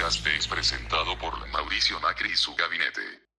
podcast es presentado por Mauricio Macri y su gabinete.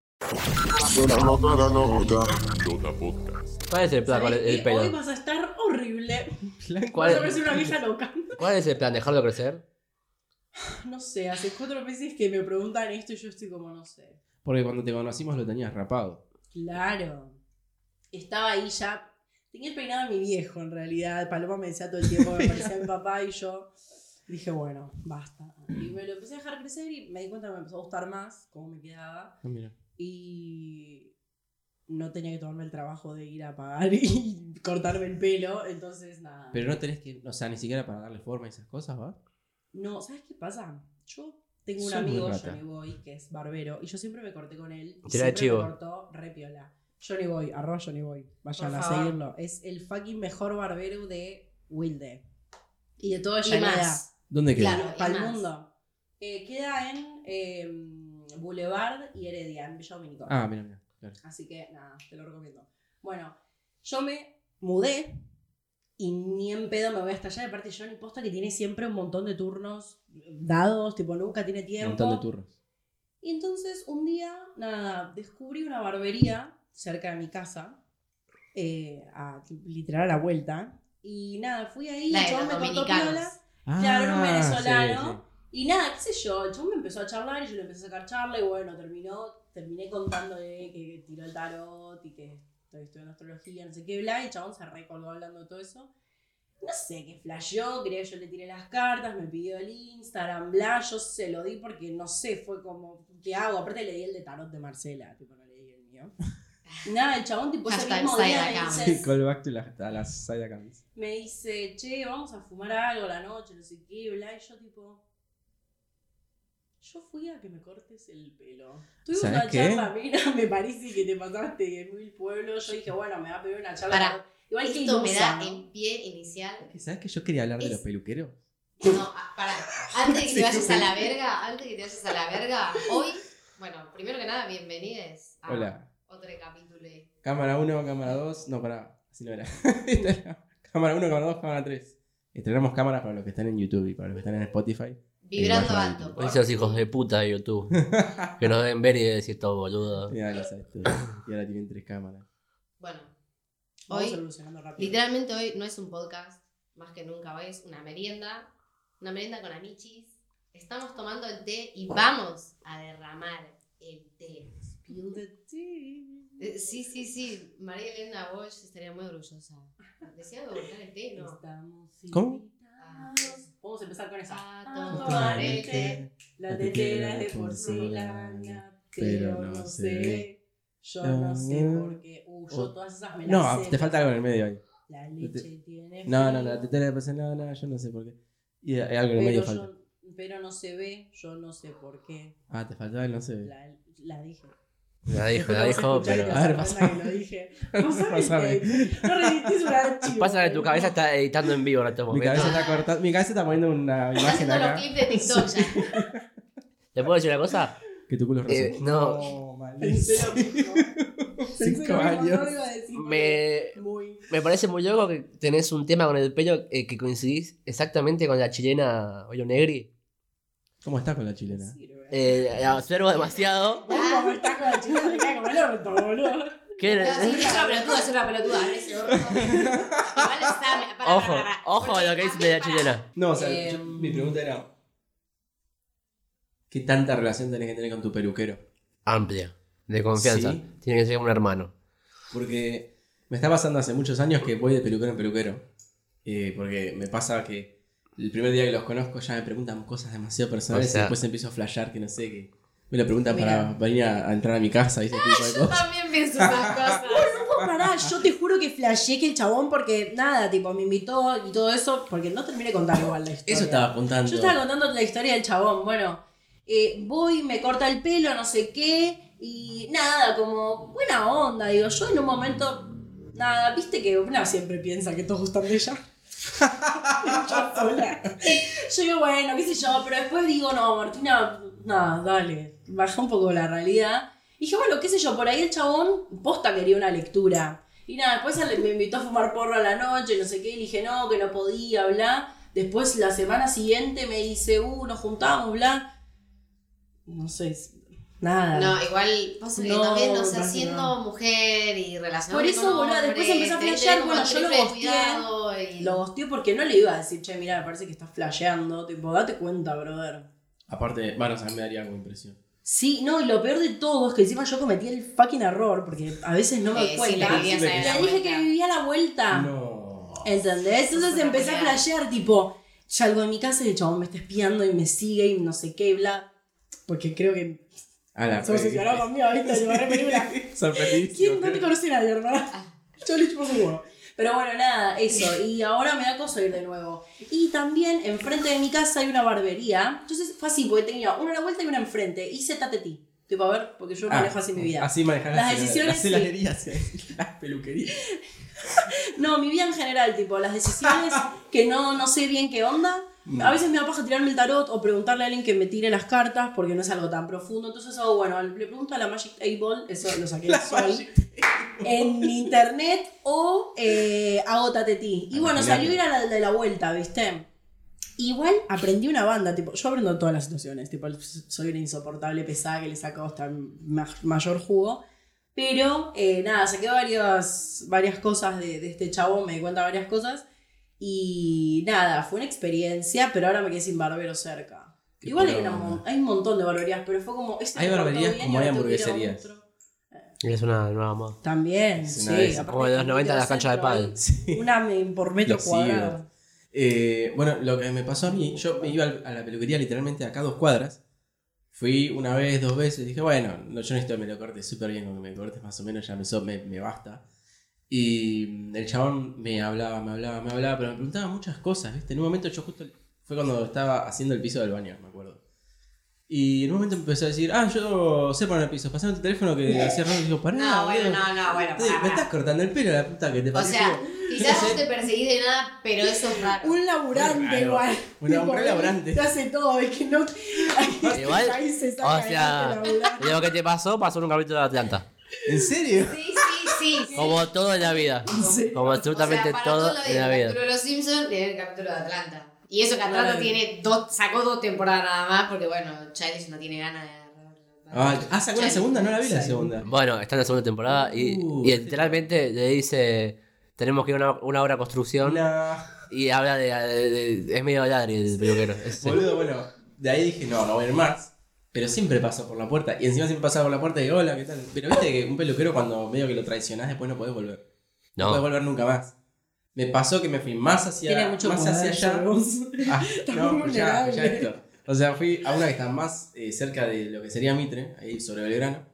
¿Cuál es el plan con el Hoy pelo? vas a estar horrible. ¿Cuál Vas a parecer una vieja loca. es el plan? ¿Dejarlo crecer? No sé, hace 4 meses que me preguntan esto y yo estoy como, no sé. Porque cuando te conocimos lo tenías rapado. Claro. Estaba ahí ya. Tenía el peinado de mi viejo en realidad. Paloma me decía todo el tiempo que me parecía mi papá y yo dije, bueno, basta. Y me lo empecé a dejar crecer y me di cuenta que me empezó a gustar más cómo me quedaba. Ah, mira. Y no tenía que tomarme el trabajo de ir a pagar y cortarme el pelo. Entonces, nada. Pero no tenés que, o sea, ni siquiera para darle forma a esas cosas, ¿va? No, ¿sabes qué pasa? Yo tengo un Soy muy amigo, rata. Johnny Boy, que es barbero, y yo siempre me corté con él. Y Tira de siempre chivo. me cortó re piola. Johnny Boy, @Johnny Boy. Vayan Por a favor. seguirlo. Es el fucking mejor barbero de Wilde. Y de toda Y Llaneda. más. ¿Dónde queda? Claro. Para y el más. mundo. Queda en Boulevard y Heredia, en Villa Domínico. Ah, mira. Claro. Así que nada, te lo recomiendo. Bueno, yo me mudé y ni en pedo me voy hasta allá. Aparte, Johnny posta que tiene siempre un montón de turnos dados, tipo nunca tiene Un tiempo. montón de turros. Y entonces un día, nada, descubrí una barbería cerca de mi casa, literal a la vuelta. Y nada, fui ahí, La el de chabón los me cortó dominicanos. piola. Claro, era un venezolano. sí, sí. Y nada, qué sé yo, el chabón me empezó a charlar y yo le empecé a sacar charla y bueno, terminé contándole que tiró el tarot y que estoy estudiando astrología, no sé qué, bla, y el chabón se recolgó hablando de todo eso. No sé qué flasheó, quería que yo le tiré las cartas, me pidió el Instagram, bla, yo se lo di porque no sé, fue como, ¿qué hago? Aparte le di el de tarot de Marcela, tipo no le di el mío. Nada, el chabón tipo ese Hashtag mismo día side me account. dice, Call back to a las side accounts. me dice, che, vamos a fumar algo la noche, no sé qué, bla, y yo tipo, yo fui a que me cortes el pelo. Tuvimos ¿Sabes una qué? charla, mira, me parece que te pasaste en mil pueblos, yo dije, bueno, me va a pedir una charla. Pará, Igual que Esto me ilusa, da ¿no? en pie inicial. ¿Sabes que yo quería hablar de Es- los peluqueros? No, pará. Antes de que Sí, te vayas sí. a la verga, hoy, bueno, primero que nada, bienvenidos a Hola. otro capítulo. Cámara 1, cámara 2. No, pará. Así no era. Cámara 1, cámara 2, cámara 3. Estrenamos cámaras para los que están en YouTube y para los que están en Spotify. Vibrando vayan a alto. YouTube. Esos hijos de puta de YouTube. Que nos deben ver y decir todo boludo. Ya lo sabes tú. Y ahora tienen 3 cámaras. Bueno, Vamos hoy, evolucionando rápido. literalmente hoy no es un podcast, más que nunca, hoy es una merienda con amichis. Estamos tomando el té y vamos a derramar el té. Spill the tea. Sí, María Elena Bosch estaría muy orgullosa. ¿Decía de volcar el té? No. Estamos ¿Cómo? invitados. Vamos a empezar con esa. A tomar el té. La tetera es de porcelana, pero no se ve. Yo no sé por qué. Yo todas esas me las No, sé. te falta algo en el medio ahí. La leche tiene No, frío, la tetera de porcelana, yo no sé por qué. Y hay algo en el medio falta. pero no se ve, yo no sé por qué. Ah, te faltaba el no sé. La dije. La dijo, Después vamos a escuchar y pero. te A ver, vas a dar cuenta que lo dije. Pásame. Pásame. No resistís un archivo. Pasa que tu cabeza está editando en vivo en estos Mi cabeza momentos. está cortada. Mi cabeza está poniendo una Estás imagen haciendo los acá. clips de TikTok ya. ¿Te puedo decir una cosa? Que tu culo es rosa. No. Pensé lo mismo. Pensé 5 lo mismo, años. no lo iba a decir Me, porque muy... me parece muy loco que tenés un tema con el pelo que coincidís exactamente con la chilena Oyo Negri. ¿Cómo estás con la chilena? Sirve. La observo demasiado. ¿Cómo estás con la chica? Me cae como el orto, boludo. ¿Qué? No, sí, es una pelotuda, es una pelotuda. Es el orto. Igual está. Ojo a lo que dice de la chilena. No, o sea, mi pregunta era: ¿qué tanta relación tenés que tener con tu peluquero? Amplia, de confianza. Sí. Tiene que ser un hermano. Porque me está pasando hace muchos años que voy de peluquero en peluquero. Porque me pasa que el primer día que los conozco ya me preguntan cosas demasiado personales O sea- y después empiezo a flashear que no sé, que me lo preguntan Mira. para venir a entrar a mi casa y ese tipo de Yo cosas. también pienso esas cosas. No, pará, yo te juro que flasheé que el chabón, porque nada, tipo, me invitó y todo eso, porque no terminé de contar igual la historia. Eso estaba apuntando. Yo estaba contando la historia del chabón. Bueno, voy, me corta el pelo, no sé qué, y nada, como buena onda. Digo, yo en un momento, nada, viste que una siempre piensa que todos gustan de ella. Yo sola. Yo digo, bueno, qué sé yo, pero después digo, no, Martina, nada, dale, baja un poco la realidad. Y dije, bueno, qué sé yo, por ahí el chabón posta quería una lectura. Y nada, después me invitó a fumar porro a la noche, no sé qué, y le dije, no, que no podía, bla. Después la semana siguiente me dice, nos juntamos, bla. no sé, nada. No, igual, vos No, también, o me sea, parece siendo no. mujer y relacionada Por eso, con boluda, hombres, después empecé a tenés que flashear, tener bueno, como yo lo triple gosteé. cuidado y- Lo gosteé porque no le iba a decir, che, mira, me parece que estás flasheando. Tipo, date cuenta, brother. Aparte, bueno, o sea, me daría como impresión. Sí, no, y lo peor de todo es que encima yo cometí el fucking error, porque a veces no me doy sí, cuenta. le vivías ahí a la Le dije vuelta. que vivía a la vuelta. No. ¿Entendés? Entonces Sos una empecé a culiada. flashear, tipo, salgo de mi casa y el chabón me está espiando y me sigue y no sé qué y bla. Porque creo que A la se obsesionó conmigo, ¿viste? Yo agarré película. Sorprendidísimo. ¿Quién? No te conoce nadie, hermana. Yo le chupo su huevo. Pero bueno, nada, eso. Y ahora me da cosa ir de nuevo. Y también enfrente de mi casa hay una barbería. Entonces fue así, porque tenía una a la vuelta y una enfrente. Hice tatetí. Tipo, a ver, porque yo manejo así mi vida. Así manejar Las decisiones, las heladerías, las peluquerías. No, mi vida en general, tipo, las decisiones que no sé bien qué onda. A veces me da paja tirarme el tarot o preguntarle a alguien que me tire las cartas porque no es algo tan profundo. Entonces hago, bueno, le pregunto a la Magic Table, eso lo saqué hoy, en internet o hago tatetí. Y bueno, salió ir a la de la vuelta, ¿viste? Igual aprendí una banda, tipo, yo aprendo en todas las situaciones, tipo, soy una insoportable pesada que le saco hasta mayor jugo. Pero nada, saqué varias cosas de este chabón, me di cuenta de varias cosas. Y nada, fue una experiencia, pero ahora me quedé sin barbero cerca. Qué Igual poronga. hay un montón de barberías, pero fue como... este Hay me cortó barberías bien y como hay ahora tengo que ir a hamburgueserías. otro. Es una nueva moda. También, Es sí. una de esas. aparte Como de los como 90 que las canchas de centro pádel. ahí, Sí. Una por metro Los cuadrado. Bueno, lo que me pasó a mí, yo me iba a la peluquería literalmente acá a 2 cuadras. Fui una vez, 2 veces, dije, bueno, no, yo necesito que me lo cortes súper bien, con que me cortes más o menos ya me basta. Y el chabón me hablaba, pero me preguntaba muchas cosas, ¿viste? En un momento yo justo, fue cuando estaba haciendo el piso del baño, me acuerdo. Y en un momento empezó a decir, yo sé poner el piso, pasame tu teléfono que hacía rato y digo, pará, No, bueno, boludo. no, bueno, Me pará. estás cortando el pelo, la puta que te O parió. sea, quizás No no sé. te perseguís de nada, pero eso es raro. Un laburante Raro. igual. Un Tipo, laburante. Te hace todo, es que no... Igual, Ahí se saca o sea, adelante laburante. lo que te pasó en un capítulo de Atlanta. ¿En serio? Sí. Como todo en la vida. Sí. Como absolutamente o sea, para todo lo en la del vida. capítulo de Los Simpsons tiene el capítulo de Atlanta. Y eso que Atlanta Claro. sacó 2 temporadas nada más, porque bueno, Childish no tiene ganas de... Sacó la segunda, no la vi la Sí. segunda. Bueno, está en la segunda temporada y literalmente le dice, tenemos que ir a una obra de construcción No. y habla es medio ladri el peluquero. Boludo, bueno, de ahí dije, no voy a ir más. Pero siempre paso por la puerta. Y encima siempre pasaba por la puerta y digo, hola, ¿qué tal? Pero viste que un peluquero cuando medio que lo traicionás después no podés volver. No podés No, volver nunca más. Me pasó que me fui más Tiene hacia, mucho más poder hacia allá. sobre vos. No, muy ya vulnerable. esto. O sea, fui a una que está más cerca de lo que sería Mitre, ahí sobre Belgrano.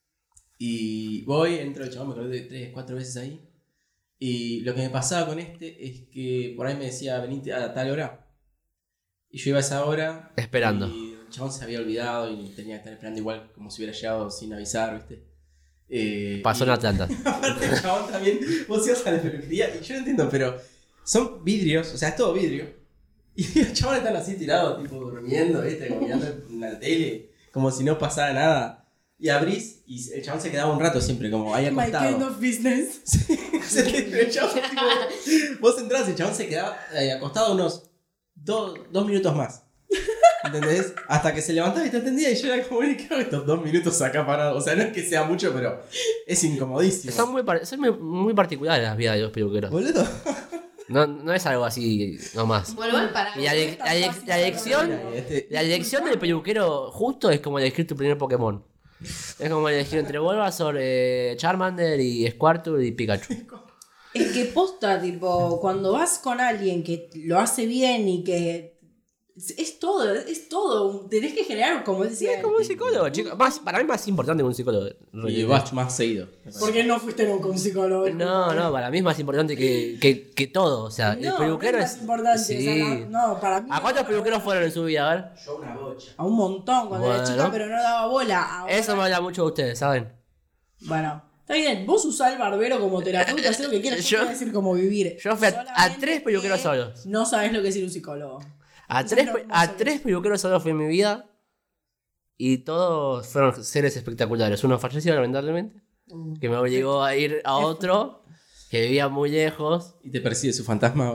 Y voy, entro el chabón, me colgué 3, 4 veces ahí. Y lo que me pasaba con este es que por ahí me decía, venite a tal hora. Y yo iba a esa hora. Esperando. Y el chabón se había olvidado y tenía que estar esperando igual como si hubiera llegado sin avisar, ¿viste? pasó en y- Atlanta. Aparte el chabón también, vos ibas a la peluquería y yo no entiendo, pero son vidrios, o sea, es todo vidrio. Y los chavales están así tirados, tipo durmiendo, ¿viste? Como mirando la tele, como si no pasara nada. Y abrís y el chabón se quedaba un rato siempre, como ahí My acostado. kind of business. El chabón, tipo, vos entrás y el chabón se quedaba acostado unos 2 minutos más. ¿Entendés? Hasta que se levantaba y te atendía y yo era como, bueno, ¿qué hago estos 2 minutos acá parado? O sea, no es que sea mucho, pero es incomodísimo. Son muy particulares las vidas de los peluqueros. Boludo. No es algo así nomás. Bueno, igual para... Y la elección del peluquero justo es como elegir tu primer Pokémon. Es como elegir entre Bulbasaur, Charmander y Squirtle y Pikachu. Es que posta, tipo, cuando vas con alguien que lo hace bien y que es todo, tenés que generar, como decía, Es como un psicólogo, chicos. Para mí más importante que un psicólogo. Y vas más seguido. ¿por qué no fuiste nunca un psicólogo? No, para mí es más importante que todo. O sea, el No, peluquero no es. más importante, Sí. o sea, no, para mí ¿A cuántos peluqueros fueron en su vida? A ver. Yo una bocha. a un montón cuando era Bueno. chica, pero no daba bola. Ahora- Eso me habla mucho de ustedes, ¿saben? Bueno, está bien, vos usás el barbero como terapeuta, haz lo que quieras, yo te voy a decir cómo vivir. Yo fui a Solamente 3 peluqueros que solos. No sabés lo que es ir un psicólogo. A Eso es lo 3 hermoso. peluqueros solos fui en mi vida. Y todos fueron seres espectaculares. Uno falleció, lamentablemente. Que me obligó a ir a otro que vivía muy lejos. ¿Y te persigue su fantasma ahora?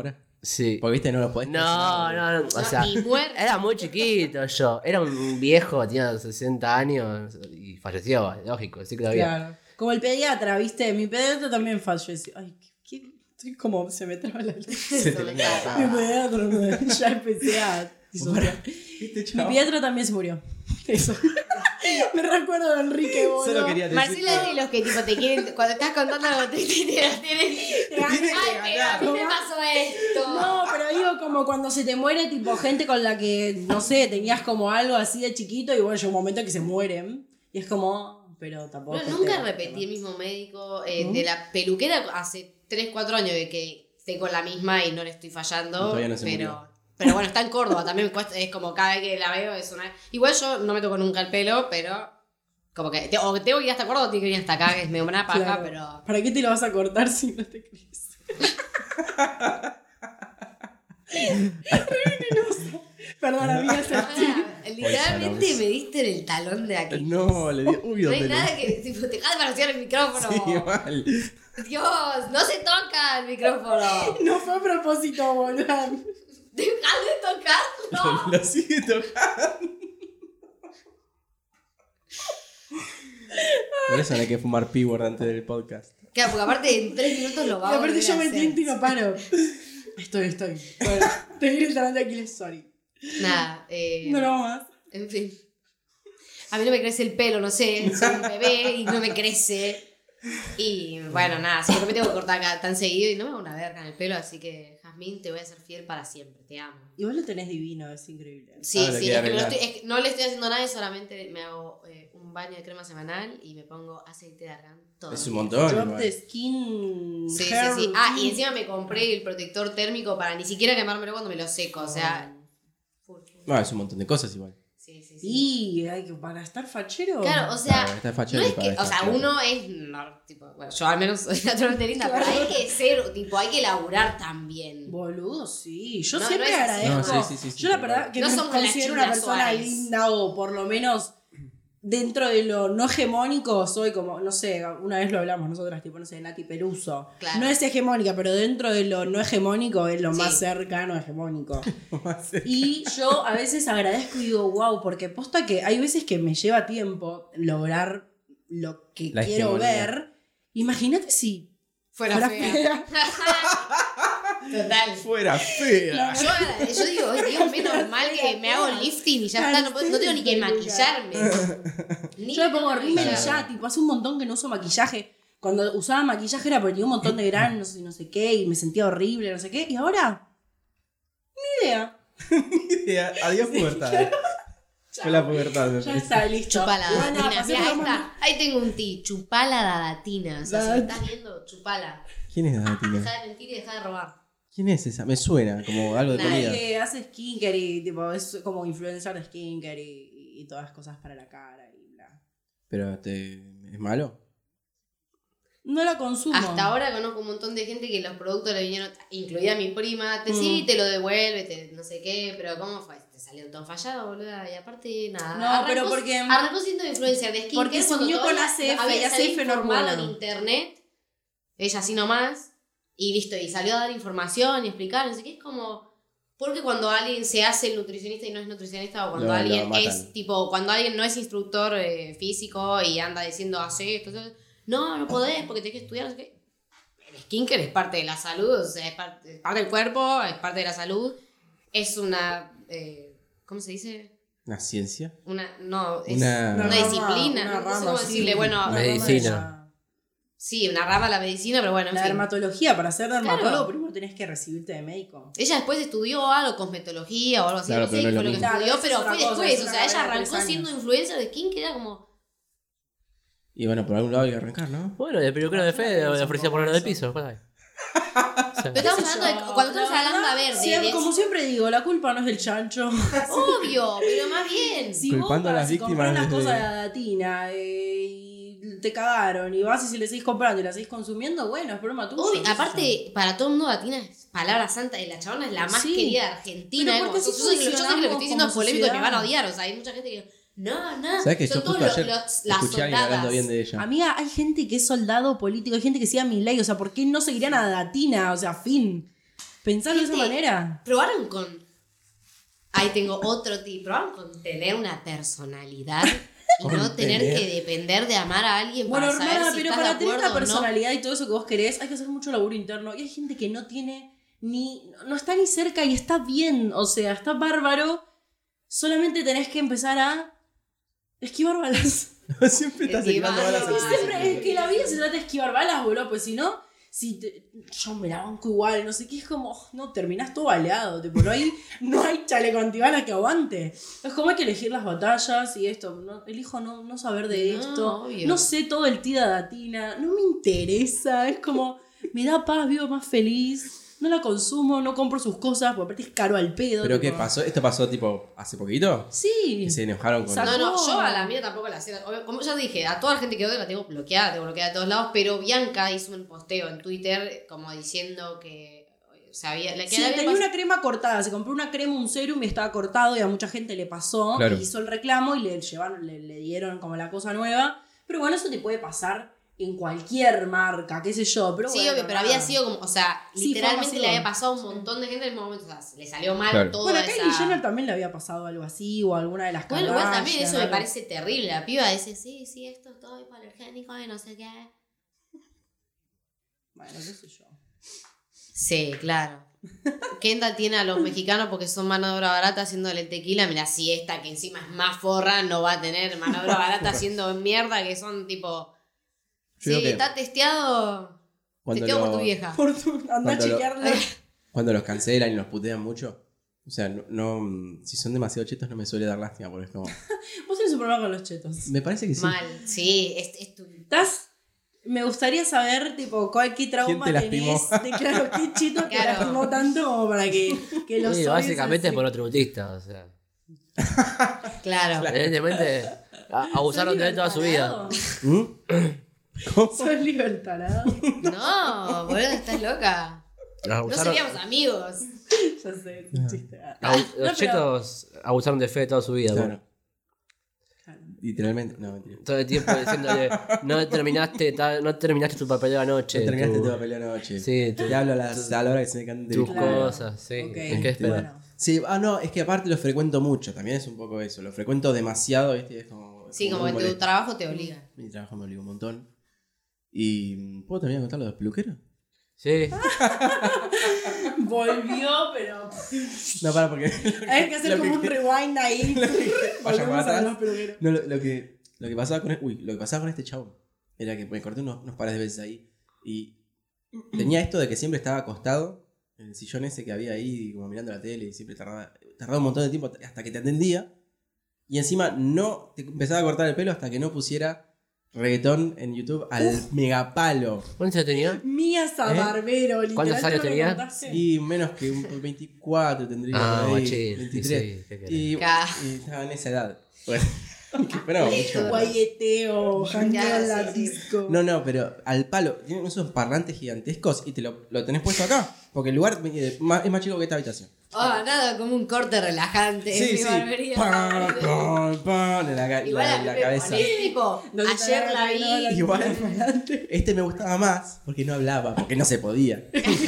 Sí. Porque viste, no lo podés No, o sea, ni muerto. era muy chiquito yo. Era un viejo, tenía 60 años y falleció, lógico, sí que lo había. Claro. Como el pediatra, ¿viste? Mi pediatra también falleció. Ay, estoy como se me traba la luz. Se te venga la Mi cara. pediatra, ya empecé a disociar. Este Mi chavo. pediatra también se murió. Eso. Me recuerdo de Enrique Bono. Solo quería decir. Marcela es de los que tipo te quieren, cuando estás contando algo te tienen. Ay, pero a mí me pasó esto. No, pero digo como cuando se te muere tipo gente con la que, no sé, tenías como algo así de chiquito y bueno, llega un momento que se mueren. Y es como, pero tampoco. No, nunca repetí el mismo médico. De la peluquera hace 3-4 años de que estoy con la misma y no le estoy fallando. Todavía no se murió. Pero bueno, está en Córdoba, también me cuesta, es como cada vez que la veo es una... Igual yo no me toco nunca el pelo, pero como que o tengo que ir hasta Córdoba o tengo que ir hasta acá, que es medio una paja, Claro. pero... ¿Para qué te lo vas a cortar si no te crees? Perdón, amiga, Literalmente me diste en el talón de aquí. No, le dio. Uy, No hay ¿dónde le- nada que... Tipo, te dejas de manosear el micrófono. Sí, mal. Dios, no se toca el micrófono. No fue a propósito, boludo. Deja de tocarlo. Lo sigue tocando. Por eso no hay que fumar P-word antes del podcast. Claro, porque aparte en 3 minutos lo va a Aparte volver yo a me hacer. tiento y no paro. Estoy. Bueno, te diré el talón de Aquiles, sorry. Nada, No lo hago más. en fin. A mí no me crece el pelo, no sé, soy un bebé y no me crece. Y bueno, nada, siempre me tengo que cortar acá tan seguido y no me hago una verga en el pelo, así que Jazmín, te voy a ser fiel para siempre, te amo. Igual lo tenés divino, es increíble. Sí, Ahora sí, quiere es que, arreglar. es que no le estoy haciendo nada, solamente me hago un baño de crema semanal y me pongo aceite de argán todo. Es el un día. montón. Drop igual. the skin. Sí, hair sí, sí. Ah, y routine. encima me compré el protector térmico para ni siquiera quemármelo cuando me lo seco, o sea... full. No, es un montón de cosas igual. Sí, sí, sí. Y hay que para estar fachero. Claro, o sea, Claro, está no fachero es para que, o sea, estar uno es, no, tipo, bueno, yo al menos soy naturalmente linda, pero hay que ser, tipo, hay que laburar también. Boludo, sí. Yo No, siempre no es así. agradezco. No, sí. Yo la verdad que No me somos la considero China una persona Suárez. linda o por lo menos dentro de lo no hegemónico soy como, no sé, una vez lo hablamos nosotras, tipo, no sé, Nati Peluso. Claro. No es hegemónica, pero dentro de lo no hegemónico es lo Sí. más cercano a hegemónico. Y yo a veces agradezco y digo, wow, porque posta que hay veces que me lleva tiempo lograr lo que La quiero hegemonía. ver. Imagínate si Fuera fuera fea. fea. Total. Fuera fea. Yo digo, "Ay, Dios, menos mal que me hago lifting y ya está, no tengo ni que maquillarme. Ni Yo me pongo que rímel y maquillarme. ya, tipo, hace un montón que no uso maquillaje. Cuando usaba maquillaje era porque tenía un montón de granos y no sé qué, y me sentía horrible, no sé qué. Y ahora, ni idea. Adiós pubertad. Fue la pubertad. Ya está, listo. Chupala Bueno, dadatina. pasemos Mira, ahí a- está. Ahí tengo un ti. Chupala dadatina. O sea, si me estás viendo, chupala. ¿Quién es Datina? Deja de mentir y deja de robar. ¿Quién es esa? Me suena como algo de Nadie. comida. Que hace skincare y tipo, es como influencer de skincare y todas cosas para la cara y bla. Pero ¿es malo? No la consumo. Hasta ahora conozco un montón de gente que los productos le vinieron, incluida mi prima, sí, te lo devuelve, no sé qué, pero ¿cómo fue? Te salió todo fallado, boluda, y aparte nada. No, pero porque- Arrancó siendo influencer de skincare porque se cuando unió con todavía ACF, había y ACF salido no informado hormona. en internet, ella así nomás, y listo, y salió a dar información y explicar, no sé qué, es como... Porque cuando alguien se hace el nutricionista y no es nutricionista, o cuando Lo alguien matan. es, tipo, cuando alguien no es instructor físico y anda diciendo, hace esto, no podés porque tenés que estudiar, no sé qué. El skincare es parte de la salud, o sea, es parte del cuerpo, es parte de la salud. Es una, ¿cómo se dice? ¿Una ciencia? No, es Una- una rama, disciplina, una no sé rama, cómo sí. decirle, bueno, Una rama Medicina. de la- sí, una rama de la medicina, pero bueno, en La fin. dermatología, para ser dermatólogo Claro. primero tenés que recibirte de médico. Ella después estudió algo, cosmetología o algo así, Claro, no sé pero qué no fue es lo lo que mismo. estudió, Claro, pero es fue otra cosa, después, es o una sea, ella carrera de arrancó 3 siendo años. influencer de skincare, era como... Y bueno, por algún lado hay que arrancar, ¿no? Bueno, el peluquero de Fede le ofrecía ponerlo del piso. ¿qué pasa? O sea, Pero estamos hablando de, cuando estamos hablando, a ver, Como siempre digo, la culpa no es del chancho. obvio, pero más bien. Si Culpando a las si compras víctimas las desde- cosas de la datina y te cagaron y vas y si le seguís comprando y la seguís consumiendo, bueno, es broma tuya. Obvio, qué sé aparte, para todo el mundo Latina es palabra santa y la chabona es la más Sí. querida de Argentina. Pero es porque como, así yo sé que lo que funcionamos estoy diciendo es como polémico y me sociedad. van a odiar. O sea, hay mucha gente que. No, ¿Sabes que son yo justo todos ayer las escuché a alguien hablando soldadas. bien de ella? Amiga, hay gente que es soldado político, hay gente que sigue a mi ley, o sea, ¿por qué no seguirían a Datina? O sea, fin. Pensalo de esa Gente, manera. Probaron con... Ahí tengo otro tip. Probaron con tener una personalidad y no tener que depender de amar a alguien Bueno, para saber hermana, si pero estás para de tener acuerdo una o no. personalidad y todo eso que vos querés, hay que hacer mucho laburo interno. Y hay gente que no tiene no está ni cerca y está bien. O sea, está bárbaro. Solamente tenés que empezar a esquivar balas. Siempre estás Esquivar esquivando balas balas. al Siempre es que la vida se trata de esquivar balas, boludo. Pues si no, yo me la banco igual, no sé qué, es como, no, terminás todo baleado, tipo, no hay chaleco antibalas que aguante. Es como hay que elegir las batallas y esto, elijo no saber de No, esto, obvio. no sé todo el tida datina, no me interesa, es como, me da paz, vivo más feliz, no la consumo, no compro sus cosas, porque aparte es caro al pedo. ¿Pero tipo. qué pasó? ¿Esto pasó tipo hace poquito? Sí. Que se enojaron con... Sacó- No, yo a la mía tampoco la sé. Como ya dije, a toda la gente que odio la tengo bloqueada de todos lados, pero Bianca hizo un posteo en Twitter como diciendo que sabía... Sí, tenía una crema cortada, se compró una crema, un serum y estaba cortado y a mucha gente le pasó, Claro. y hizo el reclamo y le dieron como la cosa nueva, pero bueno, eso te puede pasar en cualquier marca, qué sé yo, pero Sí, bueno, obvio, pero nada. había sido como, o sea, Sí, literalmente fue le había masivo. pasado a un montón de gente en el momento, o sea, le salió mal Claro. toda Bueno, a esa... Kylie Jenner también le había pasado algo así, o alguna de las Bueno, igual también Kardashian, eso me algo. parece terrible. La piba dice, sí, esto es todo hipoalergénico y no sé qué. Bueno, qué sé yo. Sí, claro. Kendall tiene a los mexicanos porque son mano de obra barata haciéndole el tequila. Mira, si esta que encima es más forra no va a tener mano de obra barata haciendo mierda que son tipo... Yo digo Sí, que está testeado. cuando Testeado por lo- tu vieja. Anda a Cuando lo- chequearle. Cuando los cancelan y los putean mucho, o sea, si son demasiado chetos no me suele dar lástima porque es como... Vos tenés un problema con los chetos. Me parece que sí. Mal, sí. Es tu... Me gustaría saber, tipo, qué trauma ¿Quién te lastimó? tenés. Claro, qué chito te Claro. lastimó tanto como para que los Sí, odies básicamente así. es monotributista, o sea. Claro. Evidentemente abusaron de él toda su vida. ¿Mm? ¿Cómo? Sos libertarado. No, boludo, estás loca. No Abusaron, seríamos amigos. Ya sé, es un chiste. los pero- chetos abusaron de Fe toda su vida. Claro. Bueno. Literalmente, no, mentira. Todo el tiempo diciéndole, no terminaste tu papel anoche. No terminaste tu- tu papel anoche. Sí, Te hablo a la hora que se me cante tus el Claro. cosas, sí. Ok, ¿En qué esperas? bueno. Sí, no, es que aparte lo frecuento mucho, también es un poco eso. Lo frecuento demasiado, ¿viste? Es como. Sí, como muy que tu molesto. trabajo te obliga. Mi trabajo me obliga un montón. Y. ¿Puedo terminar de contar lo de los peluqueros? Sí. Volvió, pero. No, para, porque. Hay que hacer Lo como un que- rewind ahí. Vayamos Volvemos a atrás. los peluqueros. No, lo que pasaba con lo que pasaba con este chavo era que me corté unos pares de veces ahí y tenía esto de que siempre estaba acostado en el sillón ese que había ahí como mirando la tele y siempre tardaba un montón de tiempo hasta que te atendía y encima no te empezaba a cortar el pelo hasta que no pusiera reggaetón en YouTube al megapalo. ¿Cuántos años tenía? Mía Barbero, literal. ¿Cuántos años ¿te lo tenía? contaste? Y menos que un 24 tendría Ah, por ahí, machín, 23 sí, ¿qué querés? y estaba en esa edad. Bueno, pero mucho. Guayeteo, jangueo en la Ya, sí, sí. disco. No, pero al palo. Tienen esos parlantes gigantescos y te lo tenés puesto acá. Porque el lugar es más chico que esta habitación. Nada, como un corte relajante en mi barbería. Pam, pam, pam, en la, Igual a la mí me cabeza. pones tipo, No te ayer la agarres, no, vi. Igual, este me gustaba más porque no hablaba, porque no se podía.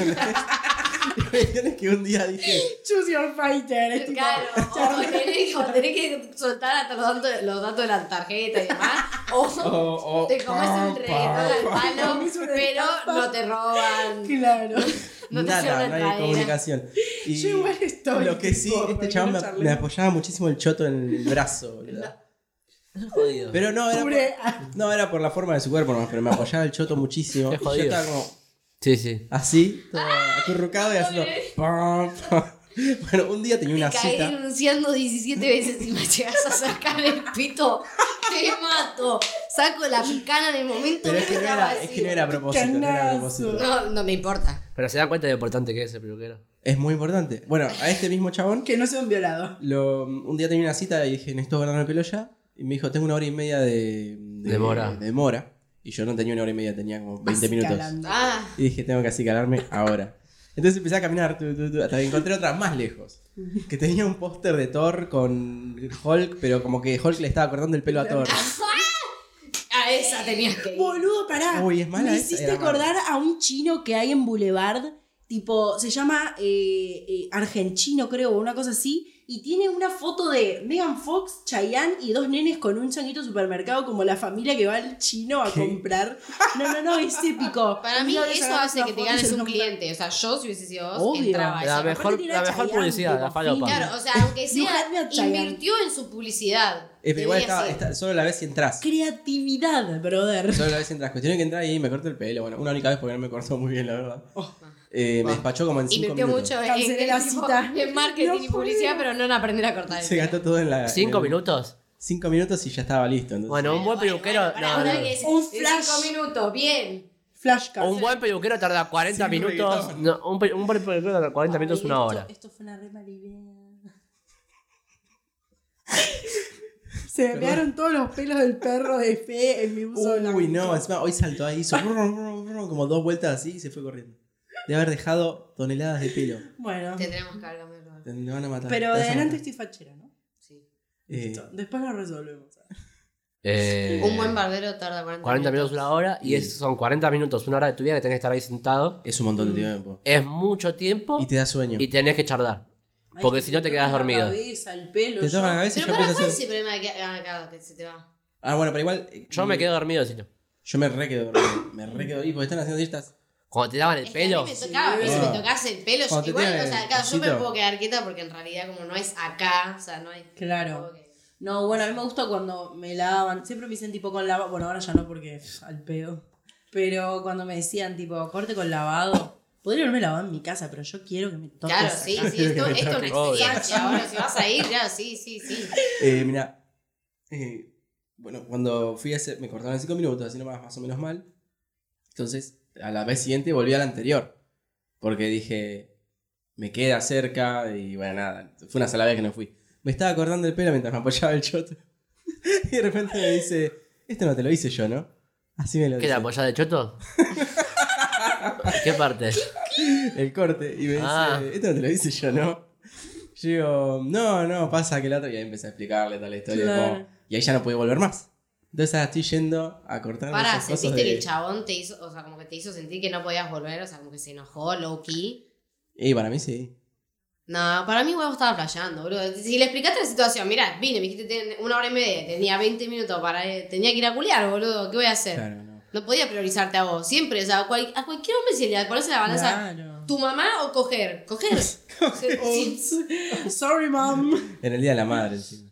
La cuestión es que un día dije, Choose your fighter. Es tipo, Claro, o tenés que soltar hasta los datos de la tarjeta y demás, o te comes un reggaetón al palo, Comes una pero estafa. no te roban, Claro. no te nada, cierran no hay cadena. comunicación. Y Yo igual estoy. lo que sí, tipo, este chabón no me charlemos. apoyaba muchísimo el choto en el brazo, boludo. Es jodido. Pero no, era Pobre- no, era por la forma de su cuerpo nomás, pero me apoyaba el choto muchísimo. Es Y yo jodido. estaba como Sí. así, todo acurrucado y haciendo. pam, pam. Bueno, un día tenía una Te caí cita. denunciando 17 veces y me llegas a sacar el pito, te mato. Saco la picana en el momento Pero es que no estaba era, es así. que no era a propósito, no era a propósito. No me importa. Pero se dan cuenta de lo importante que es el peluquero. Es muy importante. Bueno, a este mismo chabón, Que no sea un violado. un día tenía una cita y dije, necesito guardarme el pelo ya. Y me dijo, tengo 1 hora y media de Demora. de demora. Y yo no tenía 1 hora y media, tenía como 20 minutos. Acicalando. Ah, Y dije, tengo que acicalarme ahora. Entonces empecé a caminar hasta que encontré otra más lejos. Que tenía un póster de Thor con Hulk, pero como que Hulk le estaba cortando el pelo a Thor. a esa tenías que ir. Boludo, pará. Uy, es mala Me esa, hiciste era mala. acordar a un chino que hay en Boulevard Tipo, se llama Argentino, creo, o una cosa así. Y tiene una foto de Megan Fox, Chayanne y 2 nenes con un changuito supermercado, como la familia que va al chino a comprar. No, es épico. Para mí eso hace que te ganes un cliente. O sea, yo si hubiese sido vos, Obvio. entraba a La eso. mejor Chayanne, publicidad, tipo, la falopa. Claro, o sea, aunque sea, Dibujadme a Chayanne. invirtió en su publicidad. Pero igual Debería ser. solo la vez si entras. Creatividad, brother. Solo la vez si entras. Cuestión es que entrar y me corté el pelo. Bueno, una única vez porque no me cortó muy bien, la verdad. Me despachó como en 5 Invirtió minutos. mucho Cancelé la tipo, cita. en marketing No y publicidad, pero no en aprender a cortar el Se pelo. gastó todo en la... 5 minutos. 5 minutos y ya estaba listo. Entonces, Bueno, un buen peluquero. Pará, no, una no. vez que Un es flash. 5 minutos, bien. Flashcard. Un buen peluquero tarda 40 Sí, minutos. reggaetón. No, un buen peluquero tarda 40 minutos, una hora. Esto fue una re mala idea. Se me pegaron todos los pelos del perro de Fe en mi uso blanco. Uy, no, encima hoy saltó ahí, hizo como 2 vueltas así y se fue corriendo. De haber dejado toneladas de pelo. Bueno, Tendremos que hablar cambiarlo. Me van a matar. pero Te vas de a adelante matar. estoy fachera, ¿no? Sí. Listo. Después lo resolvemos. Un buen barbero tarda 40 minutos, una hora. Y son 40 minutos, una hora de tu vida que tenés que estar ahí sentado. Es un montón de tiempo. Es mucho tiempo Y te da sueño. y tenés que chardar. Porque si no te quedas dormido. La cabeza, el pelo. Te toca la cabeza y Pero yo para empiezo a cuál es hacer. el problema de que acá que se te va. Ah, bueno, pero igual. Yo me quedo dormido, si no. Yo me re quedo dormido. Me re quedo dormido porque están haciendo siestas. Cuando te daban el Es que a mí pelo. me tocaba, a mí si me tocase el pelo, Cuando te igual, tiran o sea, el claro, yo me cosito. puedo quedar quieta porque en realidad como no es acá, o sea, no hay... Claro. como que- No, bueno, a mí me gusta cuando me lavaban. Siempre me dicen tipo con lavado. Bueno, ahora ya no porque al pedo. Pero cuando me decían tipo corte con lavado. Podría haberme lavado en mi casa, pero yo quiero que me toques. Claro, acá. sí, esto es una Obvio. experiencia. Ahora, si vas a ir, ya, sí. Mira. Bueno, cuando fui a hacer. Me cortaron en 5 minutos, así nomás, más o menos mal. Entonces, a la vez siguiente volví a la anterior. Porque dije. Me queda cerca y bueno, nada. Fue una sola vez que no fui. Me estaba cortando el pelo mientras me apoyaba el choto. Y de repente me dice: Esto no te lo hice yo, ¿no? Así me lo ¿Qué dice. la apoyada de choto? ¿Qué parte? El corte. Y me dice: Ah. Esto no te lo hice yo, ¿no? Yo digo: No, pasa que el otro. Y ahí empecé a explicarle toda la historia. Claro. Como, y ahí ya no pude volver más. Entonces ahora estoy yendo a cortar Para, esas cosas ¿sentiste de... que el chabón te hizo, o sea, como que te hizo sentir que no podías volver? O sea, como que se enojó, low key. Y para mí sí. No, para mí vos estaba flasheando, boludo. Si le explicaste la situación, mirá, vine, me dijiste 1 hora y media, tenía 20 minutos para tenía que ir a culiar, boludo, ¿qué voy a hacer? Claro, no. No podía priorizarte a vos, siempre, o sea, a cualquier hombre si le pones en la balanza, Claro. ¿tu mamá o coger? Coger. Sí. Sorry, mom. En el día de la madre encima.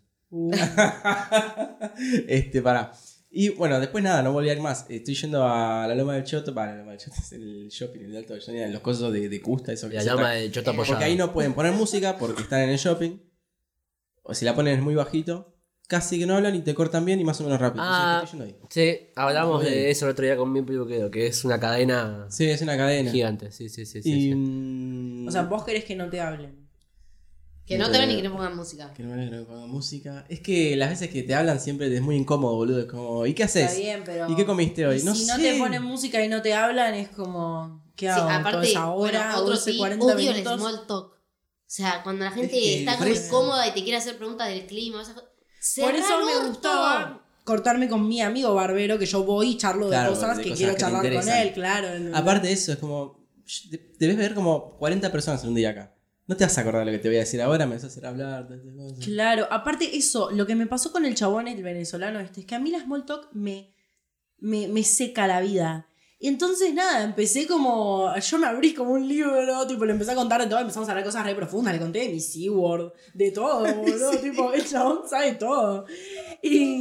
Pará. Y bueno, después nada, no volví a ir más. Estoy yendo a la Loma del Choto. Para la Loma del Choto es el shopping, el de Alto Avellaneda, los cosos de Custa, eso que La se llama trae. de choto apoyado. Porque ahí no pueden poner música porque están en el shopping. O si la ponen muy bajito, casi que no hablan y te cortan bien y más o menos rápido. Ah, Entonces, estoy yendo ahí. sí, hablamos Muy bien. de eso el otro día con mi peluquero, que es una cadena Sí, es una cadena. gigante. Sí. Y, sí. O sea, vos querés que no te hablen. Que no te ven y que no pongan música. Que no me que no me pongan música. Es que las veces que te hablan siempre es muy incómodo, boludo. Es como, ¿y qué haces? Está bien, pero. ¿Y qué comiste hoy? Y No si sé. no te ponen música y no te hablan, es como. ¿Qué Sí, hago? aparte, Toda esa hora, bueno, otro 12, tip, 40 odio el minutos. small talk. O sea, cuando la gente que está como parece- incómoda y te quiere hacer preguntas del clima, esas cosas. Por eso ¡Cerrá el me orto! gustaba cortarme con mi amigo barbero, que yo voy y charlo Claro, de cosas de que cosas quiero que te charlar con interesan. él, claro. Aparte de eso, es como. Debes ver como 40 personas en un día acá. No te vas a acordar de lo que te voy a decir ahora, me vas a hacer hablar. Claro, aparte eso, lo que me pasó con el chabón, el venezolano es que a mí la small talk me seca la vida. Y entonces nada, empecé como, yo me abrí como un libro, tipo, le empecé a contar de todo, empezamos a hablar cosas re profundas, le conté de mi SeaWorld, de todo, boludo, tipo, el chabón sabe todo. Y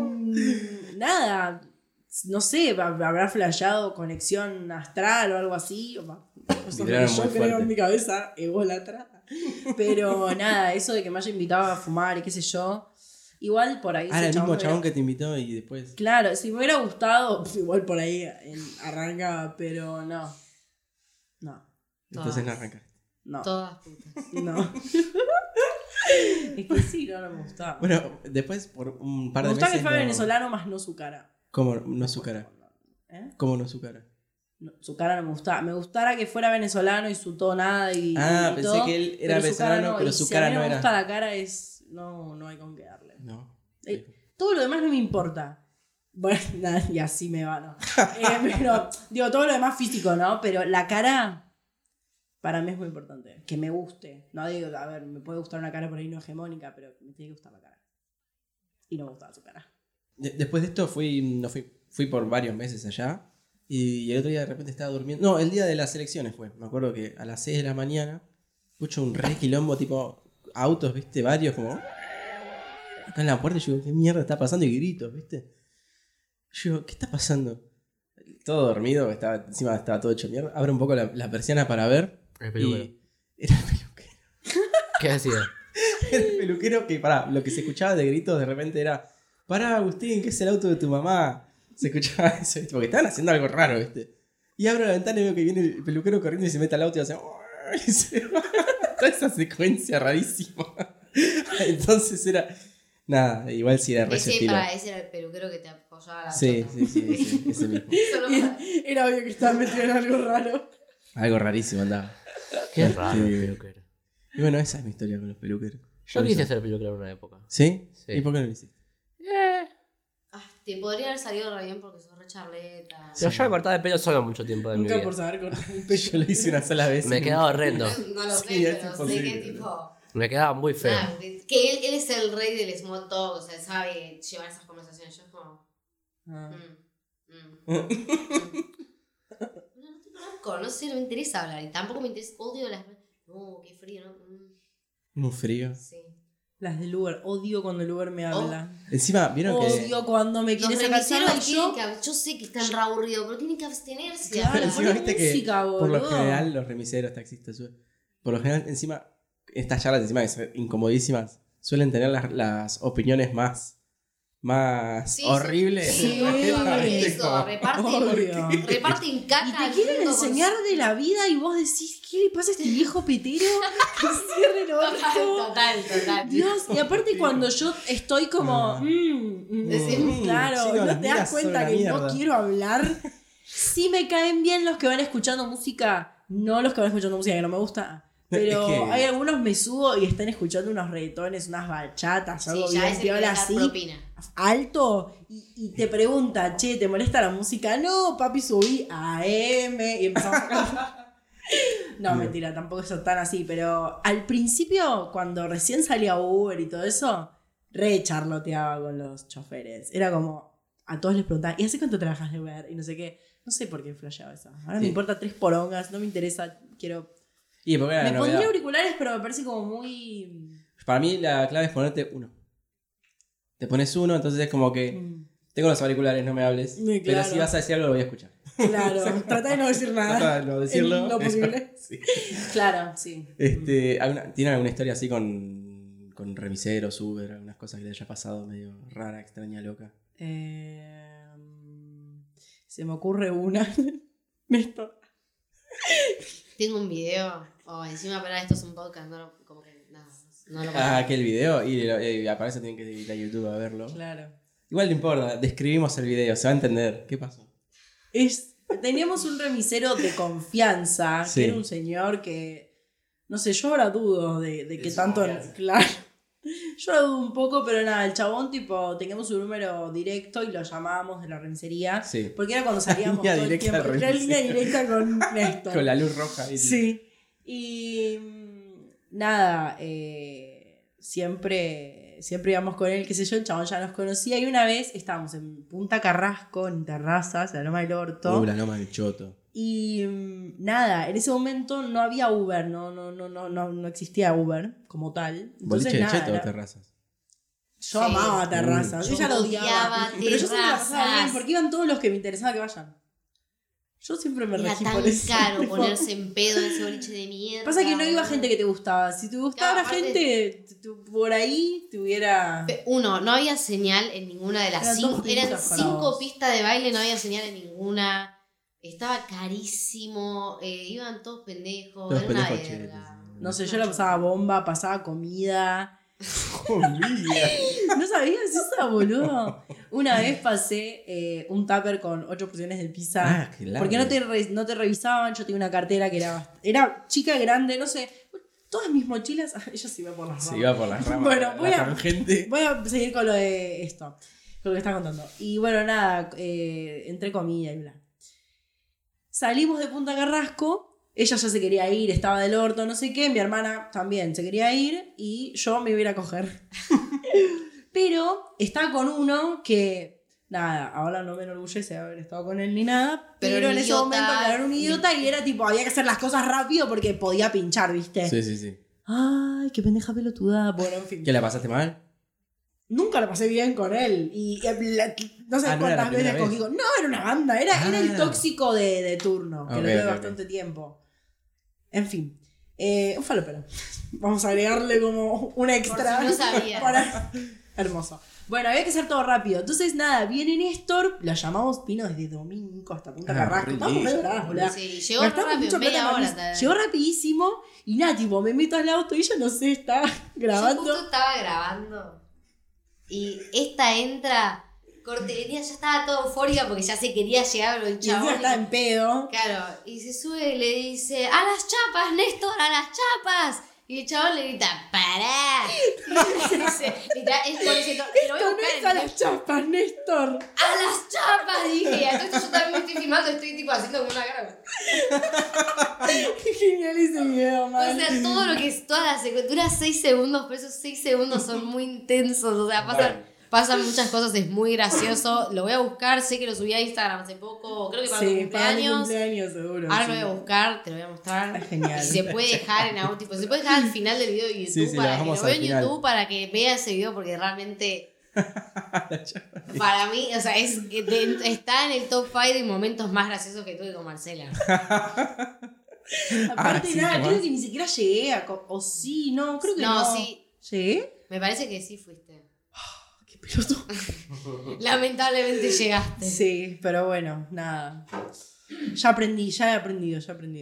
nada, no sé, habrá flasheado conexión astral o algo así, cosas que Vibraron yo muy creo fuerte. en mi cabeza, ególatra. Pero nada, eso de que me haya invitado a fumar y qué sé yo, igual por ahí... Ah, ese el mismo me chabón hubiera- que te invitó y después. Claro, si me hubiera gustado, igual por ahí arrancaba, pero no. No, Entonces no arrancaste. no, Todas putas. no. Es que sí, no me gustaba. Bueno, después por un par Me de gustaba meses. que fuera no- venezolano, más no su cara. ¿Cómo no su cara? ¿Eh? ¿Cómo no su cara? No, su cara no me gustaba. Me gustara que fuera venezolano y su tonada y. Ah, y pensé todo, que él era pero su cara venezolano, pero y su si cara a mí no me era. gusta la cara, es. No hay con qué darle. No. Todo lo demás no me importa. Bueno, nada, y así me va, ¿no? Pero, digo, todo lo demás físico, ¿no? Pero la cara. Para mí es muy importante. Que me guste. No digo, a ver, me puede gustar una cara por ahí no hegemónica, pero me tiene que gustar la cara. Y no me gustaba su cara. Después de esto fui por varios meses allá. Y el otro día de repente estaba durmiendo. No, el día de las elecciones fue. Me acuerdo que a las 6 de la mañana escucho un re quilombo, tipo autos, ¿viste? Varios, como. Acá en la puerta. Y yo digo, ¿qué mierda está pasando? Y gritos, ¿viste? Yo digo, ¿qué está pasando? Todo dormido, encima estaba todo hecho mierda. Abro un poco la persiana para ver. El peluquero. Y era el peluquero. ¿Qué hacía? Era el peluquero que, lo que se escuchaba de gritos de repente era: pará, Agustín, que es el auto de tu mamá. Se escuchaba eso, ¿viste? Porque estaban haciendo algo raro, ¿viste? Y abro la ventana y veo que viene el peluquero corriendo y se mete al auto y hace. Y se va. Toda esa secuencia rarísima. Entonces era. Nada, igual sí era re Ese era el peluquero que te apoyaba la Sí, chota. sí, ese mismo. Solo para- Era obvio que estaba metido en algo raro. Algo rarísimo andaba. Qué raro el peluquero. Y bueno, esa es mi historia con los peluqueros. Yo quise ser peluquero en una época. ¿Sí? Sí. ¿Y por qué no lo hiciste? Te podría haber salido re bien porque sos re charleta. Pero yo me cortaba el pelo solo mucho tiempo de mi Nunca vida. por saber cortar el Yo pelo. lo hice una sola vez. Me quedaba horrendo. No lo sé, Sí, es pero sé imposible. que tipo... Me quedaba muy feo. Nada, que él es el rey del small talk, o sea, él sabe llevar esas conversaciones. Yo es como... Ah. No te conozco, no sé, no me interesa hablar. Y tampoco me interesa, odio las... No, qué frío, ¿no? Un frío. Sí. Las del Uber. Odio cuando el Uber me habla. Encima, ¿vieron que Odio cuando me quiere Los sacar remiseros saldo y tienen que... Yo sé que están re aburridos, pero tienen que abstenerse. de Claro, hablar. encima poné viste música, que por lo boludo. general los remiseros, taxistas, por lo general encima, estas charlas encima que son incomodísimas, suelen tener las opiniones más Sí, horribles. Sí, Sí. eso, Obvio. reparten caca. Y te quieren junto con- enseñar de la vida y vos decís, ¿qué le pasa a este viejo petero? Que cierre el orto. Total. Dios, y aparte cuando yo estoy como, claro, Sí, no, no las te das miras cuenta son que una no mierda. quiero hablar. Sí me caen bien los que van escuchando música, no los que van escuchando música que no me gusta. Pero Es que- hay algunos me subo y están escuchando unos reggaetones, unas bachatas, algo Sí, ya bien ese piola nivel de así, propina. alto, y te pregunta, che, ¿te molesta la música? No, papi, subí a M y empezamos a cantar. No, mentira, tampoco es tan así, pero al principio, cuando recién salía Uber y todo eso, re charloteaba con los choferes. Era como, a todos les preguntaba, ¿y hace cuánto trabajas de Uber? Y no sé qué. No sé por qué flasheaba eso. Ahora me Sí. importa 3 porongas, no me interesa, quiero... Y porque era Me la pondría novedad. auriculares, pero me parece como muy... Para mí la clave es ponerte uno. Te pones uno, entonces es como que tengo los auriculares, no me hables. Sí, Pero claro. si vas a decir algo lo voy a escuchar. Claro, trata de no decir nada. Trata de no decirlo. En lo posible. Sí. Claro, sí. ¿Tienen alguna historia así con remiseros, Uber, algunas cosas que le haya pasado medio rara, extraña, loca? Se me ocurre una. Néstor. Tengo un video. Encima, para esto es un podcast, como que nada. No lo Aquel video y para eso tienen que ir a YouTube a verlo. Claro. Igual no importa, describimos el video, se va a entender. ¿Qué pasó? Teníamos un remisero de confianza, Sí. que era un señor que. No sé, yo ahora dudo de que De tanto. confianza. Claro. Yo ahora dudo un poco, pero nada, el chabón, tipo, teníamos su número directo y lo llamábamos de la remisería. Sí. Porque era cuando salíamos Línea todo el directa tiempo. al Era línea remisero. directa con Néstor. Con la luz roja. Ahí. Sí. Y nada, siempre íbamos con él, qué sé yo, el chabón ya nos conocía. Y una vez estábamos en Punta Carrasco, en terrazas, en la Loma del Orto. La loma del choto. Y nada, en ese momento no había Uber, no existía Uber como tal. ¿Boliche Entonces de nada, cheto o era- terrazas? yo Sí. amaba terrazas, Yo ella lo odiaba odiaba. Pero yo siempre la pasaba terrazas. bien porque iban todos los que me interesaba que vayan. Yo siempre me Era regí tan por eso. caro Tipo, ponerse en pedo en ese boliche de mierda. Pasa que no iba gente que te gustaba. Si te gustaba Claro, la aparte- gente, por ahí te hubiera. Uno, no había señal en ninguna de las Eran 5. todos Eran turistas para 5 vos. pistas de baile, no había señal en ninguna. Estaba carísimo. Iban todos pendejos. Todos Era una pendejos verga. chetos. No sé, yo la pasaba bomba, pasaba comida. Comida. ¿No sabías eso, boludo? Una vez pasé un tupper con 8 porciones de pizza. Ah, claro. Porque no te revisaban. Yo tenía una cartera que era chica, grande, no sé. Todas mis mochilas. Ella se iba por las ramas. Se iba por las ramas. Bueno, voy la a- tangente. Voy a seguir con lo de esto. Con lo que estás contando. Y bueno, nada, entre comillas y bla. Salimos de Punta Carrasco ella ya se quería ir, estaba del orto, no sé qué. Mi hermana también se quería ir y yo me iba a ir a coger. Pero estaba con uno que, nada, ahora no me enorgullece haber estado con él ni nada. Pero en ese idiota, momento era un idiota y era tipo, había que hacer las cosas rápido porque podía pinchar, ¿viste? Sí. Ay, qué pendeja pelotuda. Bueno, en fin. ¿Qué la pasaste mal? Nunca la pasé bien con él. Y no sé no era la cuántas veces primera cogí con... No, era una banda. Era el tóxico de turno, que Ok, lo tuve ok. bastante tiempo. En fin. Un falopero. Vamos a agregarle como un extra. Por si no sabía. Hermoso. Bueno, había que hacer todo rápido. Entonces, nada, viene Néstor, la llamamos, vino desde domingo hasta Punta Carrasco. Estábamos medio bravas, boludo. Sí, llegó Gastamos rápido, mucha media plata en hora. París. Llegó rapidísimo y nada, tipo, me meto al auto y ella no sé, está Yo grabando. justo estaba grabando y esta entra, cortelería, ya estaba toda eufórica porque ya se quería llegar, pero el Y encima chabón... está en pedo. Claro, y se sube y le dice, ¡a las chapas, Néstor, a las chapas! Y el chabón le grita, ¡pará! Y dice, literal, es por ese tono, lo voy a Esto no buscar es en a las chapas, Néstor. ¡a las chapas! Dije, y entonces yo también me estoy filmando, estoy tipo haciendo como una cara. Qué genial ese video, man. O sea, todo lo que es toda la secuencia dura 6 segundos, pero esos 6 segundos son muy intensos. O sea, pasan muchas cosas, es muy gracioso. Lo voy a buscar, sé que lo subí a Instagram hace poco, creo que para tu Sí, para mi cumpleaños. cumpleaños seguro. Ahora sí. lo voy a buscar, te lo voy a mostrar. Es genial. Y se puede dejar en algún tipo, se puede dejar al final del video de YouTube Sí, lo para que dejamos lo vea al en final. YouTube para que vea ese video porque realmente para mí, o sea, está en el top 5 de momentos más graciosos que tuve con Marcela. Aparte, sí, nada, Juan. creo que ni siquiera llegué a. O sí, no, creo que no. No, sí, ¿Llegué? me parece que sí fuiste. Qué pelotudo. Lamentablemente llegaste. Sí, pero bueno, nada. Ya aprendí, ya he aprendido.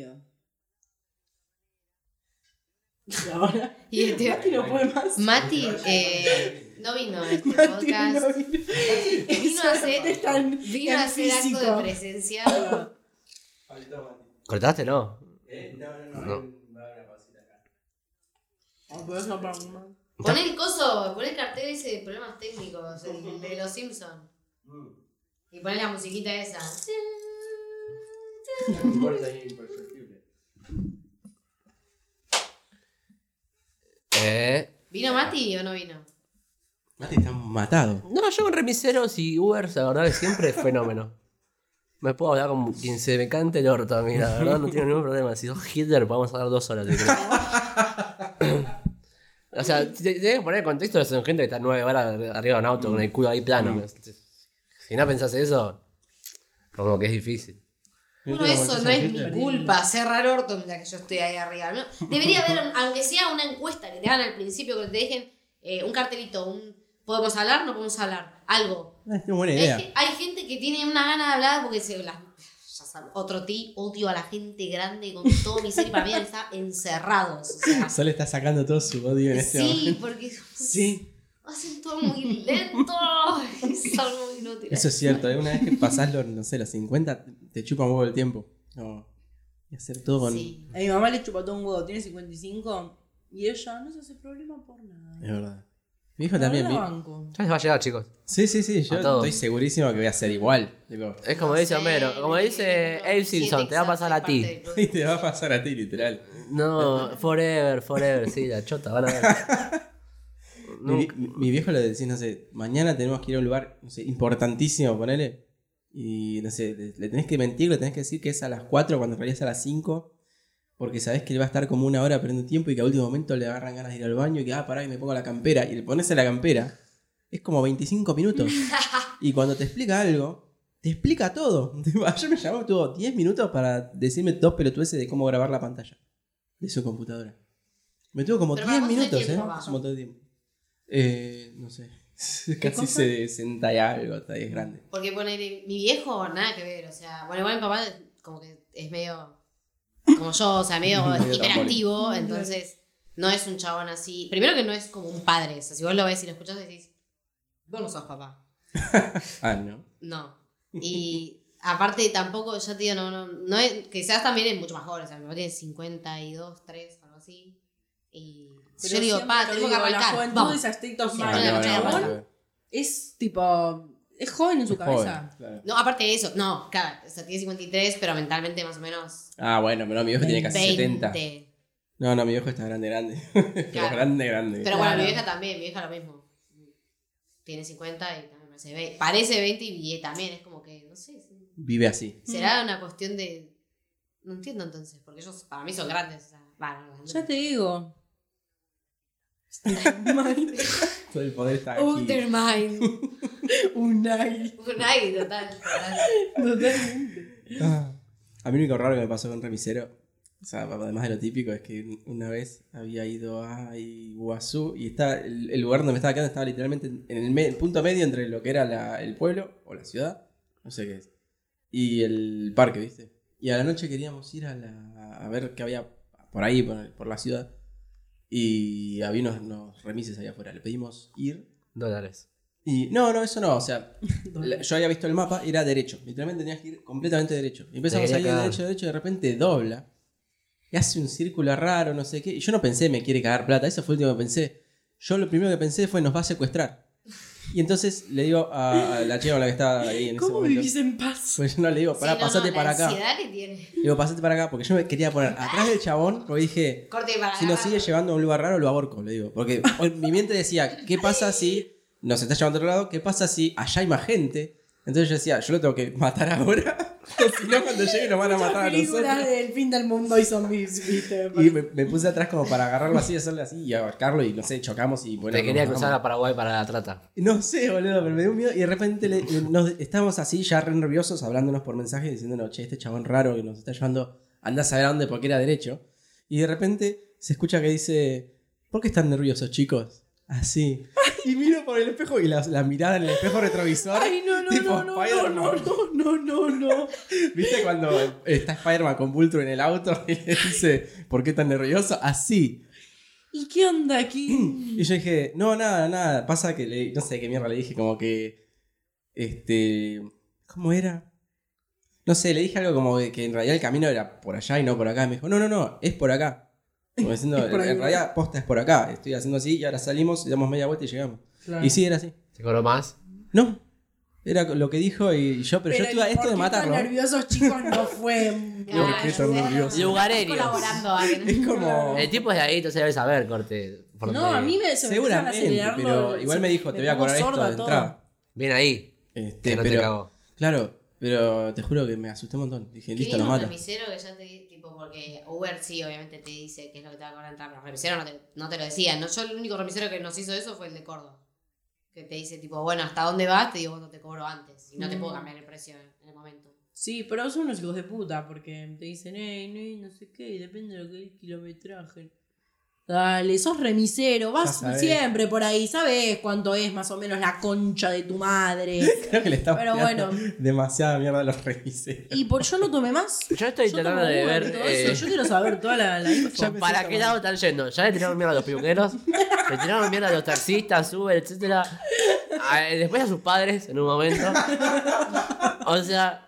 Y ahora. Y este- Mati no puede más. Mati no vino a este Mati podcast. no vino. Vino a hacer, Está en vino a hacer acto físico. de presencia. ¿Cortaste? No. ¿Puedes hablar más? Pon el coso, pon el cartel ese de problemas técnicos, el de los Simpsons. Y pon la musiquita esa. ¿Vino Mati o no vino? Mati está matado. No, yo con remiseros y Ubers, la verdad que siempre es fenómeno. Me puedo hablar con quien se me cante el orto a mí, la verdad, no tengo ningún problema. Si sos Hitler, podemos hablar 2 horas. O sea, tenés que poner en contexto, son gente que está 9 horas arriba de un auto con el culo ahí plano. Si no pensás eso, como que es difícil. Bueno, eso no es mi culpa, cerrar orto mientras que yo estoy ahí arriba. ¿No? Debería haber, aunque sea una encuesta que te hagan al principio, que te dejen un cartelito, ¿podemos hablar? ¿No podemos hablar? Algo. Es una buena idea. Hay gente que tiene una gana de hablar porque ya saben, odio a la gente grande con todo mi ser y para mí están encerrados. O sea, Solo está sacando todo su odio en este sí, momento. porque Sí. hacen todo muy lento. Es algo muy inútil. Eso es cierto. Una vez que pasás los, no sé, los 50, te chupa un huevo el tiempo. No. Y hacer todo con... Sí. A mi mamá le chupa todo un huevo, tiene 55 y ella no se hace problema por nada. Es verdad. Mi hijo también. La banco. Ya les va a llegar, chicos. Sí, yo A todos. estoy segurísimo que voy a ser igual. Tipo, Es como No dice sé, Homero, como dice Abe Simpson, te va a pasar a ti. y te va a pasar a ti, literal. No, forever, sí, la chota, van a ver. Mi viejo le decía, no sé, mañana tenemos que ir a un lugar, no sé, importantísimo, ponele. Y no sé, le tenés que mentir, le tenés que decir que es a las 4 cuando en realidad es a las 5. Porque sabés que él va a estar como una hora perdiendo tiempo y que a último momento le agarran ganas de ir al baño y que, pará, y me pongo la campera. Y le pones la campera. Es como 25 minutos. Y cuando te explica algo, te explica todo. Ayer me llamó, tuvo 10 minutos para decirme 2 pelotudeces de cómo grabar la pantalla de su computadora. Me tuvo como Pero 10 para vos, minutos, ¿cuánto tiempo va? Es un montón de tiempo. No sé. Casi 60 y algo, está ahí es grande. Porque poner mi viejo, nada que ver. O sea, bueno, igual mi papá como que es medio como yo, o sea, medio Medio hiperactivo. Entonces, no es un chabón así. Primero que no es como un padre. O sea, si vos lo ves y lo escuchás, decís, vos no sos papá. No. No. Y aparte tampoco, ya te digo, no es, quizás también es mucho más joven. O sea, mi papá tiene 52, 3, algo así. Y Pero yo digo, siempre lo tenemos que digo, arrancar. La juventud Vamos. es aspecto Sí, mal. no, El no, chabón no. es tipo Es joven en su Es cabeza. joven, claro. No, aparte de eso, no, claro, o sea, tiene 53, pero mentalmente más o menos Ah, bueno, pero mi viejo tiene casi 70. 20. No, mi viejo está grande. Pero Claro. grande. Pero bueno, Claro. mi vieja también, mi vieja lo mismo. Tiene 50 y también parece 20 y también es como que, no sé, Vive así. será una cuestión de... No entiendo entonces, porque ellos para mí son grandes. O sea, no. Ya te digo. Todo el poder está aquí. Undermine. Unai. Unai, total. Totalmente. Ah. A mí lo único raro que me pasó con Remisero, o sea, además de lo típico, es que una vez había ido a Iguazú y el lugar donde me estaba quedando estaba literalmente en el punto medio entre lo que era el pueblo o la ciudad, no sé qué es, y el parque, ¿viste? Y a la noche queríamos ir a ver qué había por ahí, por la ciudad, y había unos remises ahí afuera. Le pedimos ir. $. Y no, eso no, o sea, yo había visto el mapa y era derecho, literalmente tenías que ir completamente derecho. Y empezamos Sí, a ir acá. derecho, y de repente dobla y hace un círculo raro, no sé qué. Y yo no pensé, me quiere cagar plata, eso fue lo último que pensé. Yo lo primero que pensé fue, nos va a secuestrar. Y entonces le digo a la chica con la que estaba ahí en ese ¿Cómo momento. vivís en paz? Pues yo no le digo, pará, pasate para acá. La ansiedad que tiene. Digo, pasate para acá, porque yo me quería poner atrás del chabón, porque dije, Corte para si nos agarrar. sigue llevando a un lugar raro, lo ahorco, le digo. Porque mi mente decía, ¿qué pasa si nos está llevando a otro lado? ¿Qué pasa si allá hay más gente? Entonces yo decía, yo lo tengo que matar ahora, o si no, cuando llegue nos van a matar a Películas nosotros. del fin del mundo y zombies, ¿viste? Y me puse atrás como para agarrarlo así, hacerle así y ahorcarlo y no sé, chocamos y bueno. Te quería nos cruzar bajamos. a Paraguay para la trata. No sé, boludo, pero me dio un miedo y de repente estábamos así ya re nerviosos hablándonos por mensaje diciéndonos, che, este chabón raro que nos está llevando, anda a saber a dónde porque era derecho. Y de repente se escucha que dice, ¿por qué están nerviosos, chicos? Así. Y miro por el espejo y la mirada en el espejo retrovisor. Ay, no, tipo Spider-Man. no. ¿Viste cuando está Spider-Man con Vulture en el auto y le dice, ¿por qué tan nervioso? Así. ¿Y qué onda aquí? Y yo dije, no, nada. Pasa que no sé qué mierda le dije, como que. ¿Cómo era? No sé, le dije algo como que en realidad el camino era por allá y no por acá. Y me dijo, no, es por acá. Como diciendo, Es por ahí, en ¿no? realidad posta es por acá. Estoy haciendo así y ahora salimos y damos media vuelta y llegamos. Claro. Y sí, era así. ¿Te cobró más? No, era lo que dijo y yo, pero yo estuve a el esto de por qué matarlo. tan nerviosos, chicos, no fue. ¿Por qué tan nervioso? Lugareños. Colaborando a alguien. Es como. El tipo es de ahí, entonces debe saber, corte. por No, dónde- a mí se me empezaron a Seguramente, acelerar pero los- igual me dijo, te voy a pongo cobrar esto sorda de todo. entrada. Bien ahí. Que no te Pero, cagó. claro, pero te juro que me asusté un montón. Dije, listo, Mínimo nos mata. remisero que ya te tipo, porque Uber sí, obviamente te dice qué es lo que te va a cobrar entrar, pero remisero no te lo decía. No, yo el único remisero que nos hizo eso fue el de Córdoba. Que te dice, tipo, bueno, ¿hasta dónde vas? Te digo cuando te cobro antes. Y no te puedo cambiar el precio en el momento. Sí, pero son unos hijos de puta porque te dicen, no sé qué, y depende de lo que es el kilometraje. Dale, sos remisero, Ya vas sabés. siempre por ahí, sabes cuánto es más o menos la concha de tu madre. Creo que le estamos Pero tirando bueno. demasiada mierda a los remiseros. Y por yo no tomé más. Yo estoy tratando tomo de Uber ver. y todo eso. Yo quiero saber toda la info. Ya me- ¿Para qué lado están yendo? Ya le tiraron mierda a los peluqueros, le tiraron mierda a los taxistas, Uber, etc. Después a sus padres en un momento. O sea,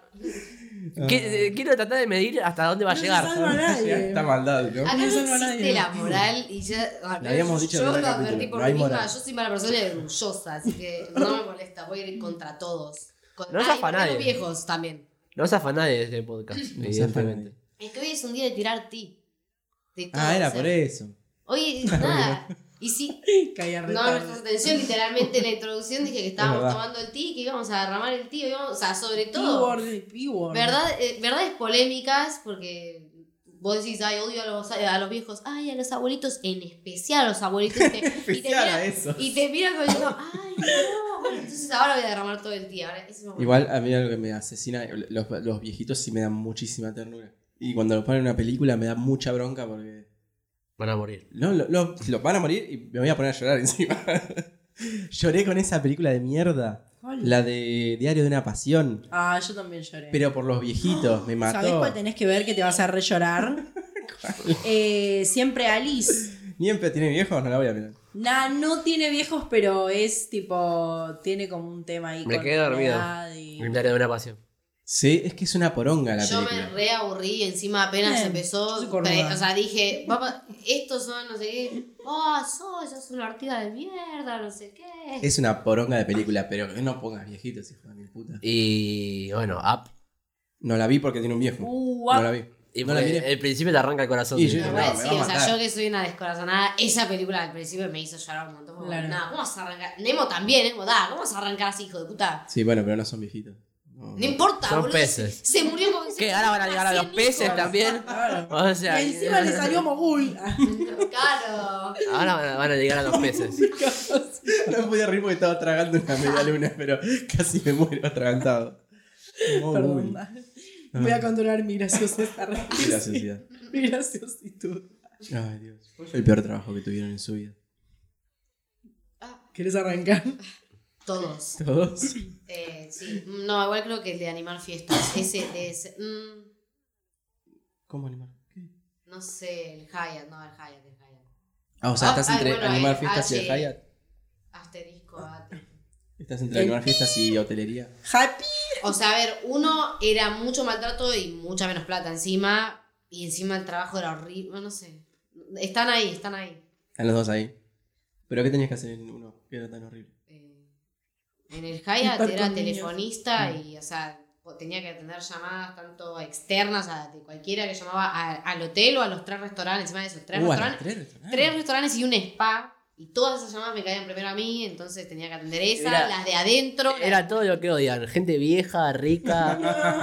quiero tratar de medir hasta dónde va a No se llegar. salva nadie. Esta maldad, ¿no? Acá no No salva a existe nadie. la moral y ya. Lo habíamos dicho en yo el lo capítulo, advertí por no hay mí misma. moral. Yo soy mala persona y orgullosa, así que no me molesta. Voy a ir contra todos. No zafa y nadie. los viejos también. No se afana de este podcast, No evidentemente. Es que hoy es un día de tirar ti. De todo, Ah, era o sea, por eso. Hoy, nada. Y sí, Caía no retardo. me prestas atención, literalmente en la introducción dije que estábamos verdad. tomando el té, que íbamos a derramar el té, o sea, sobre todo. P-word. Verdades polémicas, porque vos decís, ay, odio a los viejos, ay, a los abuelitos, en especial a los abuelitos. Especial a esos. Y te miran como diciendo, ay, no. Bueno, entonces ahora voy a derramar todo el té. Ahora, ese es el momento. Igual a mí algo que me asesina, los viejitos sí me dan muchísima ternura. Y cuando lo ponen en una película me da mucha bronca porque... Van a morir. No, los van a morir y me voy a poner a llorar encima. Lloré con esa película de mierda. ¿Cuál? La de Diario de una Pasión. Ah, yo también lloré. Pero por los viejitos, me mató. ¿Sabés cuál tenés que ver que te vas a re llorar? Siempre Alice. ¿Niempe tiene viejos? No la voy a mirar. No tiene viejos, pero es tipo. Tiene como un tema ahí. Me con quedé la dormido. edad y- El diario de una pasión. Sí, es que es una poronga la Yo película. me reaburrí y encima apenas Bien, empezó. yo soy cornuda. O sea, dije, papá, estos son no sé qué. Sos una ortiga de mierda, no sé qué. Es una poronga de película, pero que no pongas viejitos, hijo de mi puta. Y bueno, Up. No la vi porque tiene un viejo. No la vi. Y No la porque miré. el principio te arranca el corazón. Y sí. yo- No, no, me va a sí, o sea, matar. yo que soy una descorazonada, esa película al principio me hizo llorar un montón. Claro. Nada, ¿cómo vas a arrancar? Nemo también, ¿cómo vas a arrancar así, hijo de puta? Sí, bueno, pero no son viejitos. No importa, Son boludo. peces. Se murió con ¿Qué? ¿Ahora van a llegar a los peces también? Claro. O sea, Y encima le salió mogul. Claro. ahora van a llegar a los peces. No me podía reír porque estaba tragando una media luna, pero casi me muero atragantado. Perdón. Voy a controlar mi graciosidad. Graciosidad. Mi graciositud. Ay, Dios. ¿Cuál fue el peor trabajo que tuvieron en su vida? ¿Querés arrancar? Todos. ¿Todos? Sí. No, igual creo que el de animar fiestas. Ese de ese. ¿Cómo animar? ¿Qué? No sé, el Hyatt. No, el Hyatt. Ah, o sea, estás Ay, entre bueno, animar fiestas y el H. Hyatt. Asterisco. Estás entre animar fiestas y hotelería. Happy. O sea, a ver, uno era mucho maltrato y mucha menos plata encima. Y encima el trabajo era horrible. No sé. Están ahí. Están los dos ahí. ¿Pero qué tenías que hacer en uno que era tan horrible? En el Hyatt Estar era con niños. telefonista y, o sea, tenía que atender llamadas tanto externas de cualquiera que llamaba al hotel o a los 3 restaurantes. Encima de esos 3 a las restaurantes. 3 restaurantes. 3 restaurantes y un spa. Y todas esas llamadas me caían primero a mí, entonces tenía que atender esas, Era- las de adentro. Era todo lo que odian. Gente vieja, rica.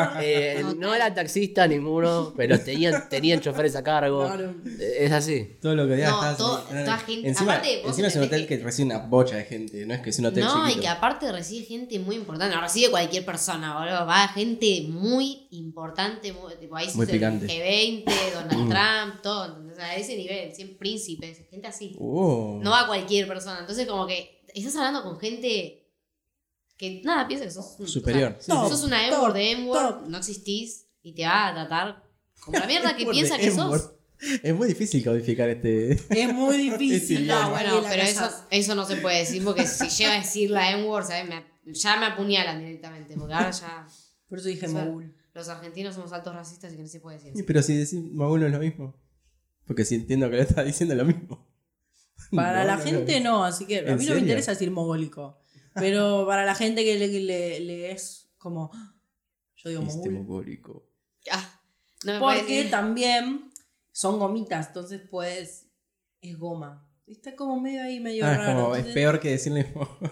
No era taxista ninguno, pero tenían choferes a cargo. Claro. Es así. Todo lo que odiaba No, estaba así. toda gente- Encima, aparte, vos encima es un hotel entendés que recibe una bocha de gente, no es que es un hotel No, chiquito. y que aparte recibe gente muy importante. No recibe cualquier persona, boludo. Va gente muy importante. Tipo, ahí Muy se picante. G20, Donald Trump, todo. ¿Entendés? O sea, a ese nivel, 100 príncipes, gente así. No va cualquier persona. Entonces, como que estás hablando con gente que nada, piensa que sos Superior. O sea, Sí, sí. sos una Top, M-word de M-word, top. no existís y te va a tratar como la mierda que M-word piensa de que M-word. sos. Es muy difícil codificar este. Es muy difícil. No, No, bueno, Mariela pero Casas. eso no se puede decir porque si llega a decir la M-word, ¿sabes? Ya me apuñalan directamente porque ahora ya Por eso dije O sea, mogul. los argentinos somos altos racistas y que no se puede decir Sí, eso. pero si decís Magulo es lo mismo. Porque si entiendo que le estás diciendo lo mismo. Para No, la no, gente no. no, así que a mí ¿En no me serio? interesa decir mogólico. Pero para la gente que le es como. Yo digo Este mogul. mogólico. Ah, no me puede Porque decir. también son gomitas, entonces pues. Es goma. Está como medio ahí, medio Ah, es raro. como, es entonces- peor que decirle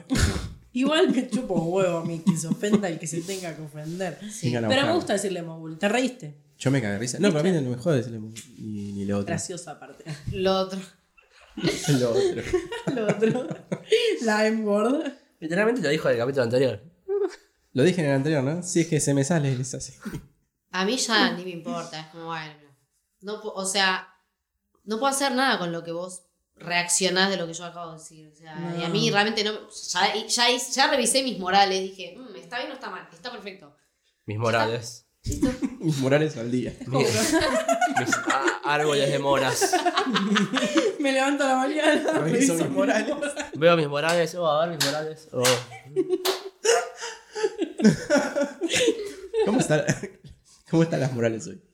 Igual me chupo un huevo a mí que se ofenda el que se tenga que ofender. Sí. Vengan a Pero me buscarme. gusta decirle mogul. ¿Te reíste? Yo me cagué de risa. No, pero a mí no me jode decirle mogul, ni lo otro. Graciosa aparte. Lo otro. Lo otro. Lo otro. La M-word. Literalmente lo dijo en el capítulo anterior. Lo dije en el anterior, ¿no? Si es que se me sale, es así. A mí ya ni me importa. Es como, bueno, no, o sea, no puedo hacer nada con lo que vos reaccionás de lo que yo acabo de decir. O sea, No. y a mí realmente no. Ya revisé mis morales. Dije, ¿está bien o está mal? Está perfecto. Mis morales. Mis morales al día. Mis árboles de moras. Me levanto a la mañana. Reviso mis morales. Veo mis morales. A ver mis morales. ¿Cómo están las morales hoy?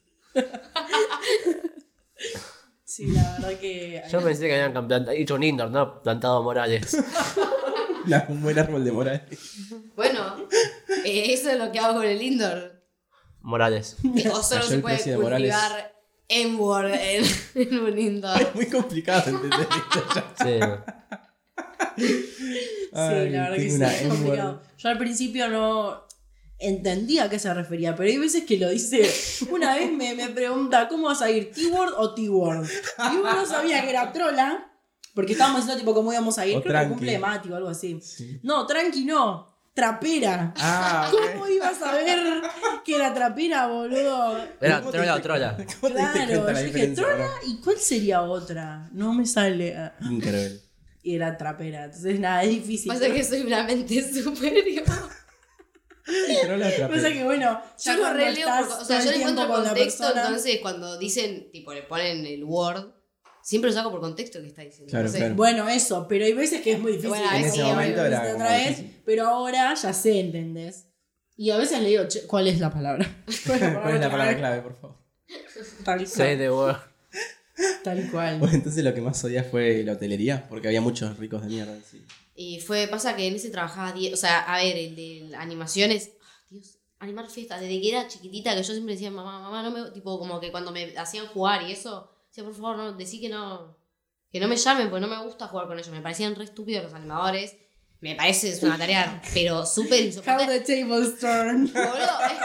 Sí, la verdad que. Yo pensé que habían hecho un indoor, ¿no? Plantado morales. Un buen árbol de morales. Bueno, eso es lo que hago con el indoor. Morales. O solo Cayó se el puede precio de Morales. cultivar M-word en un indoor. Es muy complicado entender esto ya. Sí. Sí, Ay, la verdad que tengo sí, una es M-word. complicado. Yo al principio no entendía a qué se refería, pero hay veces que lo dice. Una vez me pregunta, ¿cómo vas a ir? ¿T-word o T-word? Y uno no sabía que era trola, porque estábamos diciendo tipo cómo íbamos a ir, O creo que tranqui. cumple de Mati o algo así. Sí. No, tranqui no, trapera. Ah, ¿Cómo ibas a ver que era trapera, boludo? Era ¿Cómo te trola o diste- trola. ¿Cómo te diste Claro, cuenta la yo dije, diferencia? trola, ahora? ¿y cuál sería otra? No me sale. Increíble. Y era trapera, entonces nada, es difícil. Pasa que soy una mente superior. Pero la otra Pasa que bueno, Yo ya lo cuando releo, estás o sea, todo yo el le encuentro tiempo con la contexto, persona- entonces cuando dicen, tipo, le ponen el word, siempre lo saco por contexto que está diciendo. Claro, Entonces, claro. Bueno, eso, pero hay veces que es muy difícil. Bueno, como en ese que momento me era lo como otra vez, difícil. pero ahora ya sé, ¿entendés? Y a veces le digo, che, ¿cuál es la palabra? ¿Cuál es la palabra clave, por favor? Tal Say cual. the word. Tal cual. Bueno, entonces lo que más odias fue la hotelería, porque había muchos ricos de mierda. Sí. Y pasa que en ese trabajaba 10, o sea, a ver, el de animaciones, Dios, animar fiestas, desde que era chiquitita, que yo siempre decía, mamá, no me, tipo, como que cuando me hacían jugar y eso, decía, por favor, no, decí que no me llamen, porque no me gusta jugar con ellos, me parecían re estúpidos los animadores, me parece, es una tarea, pero súper How insoportable. the tables turn. Boludo,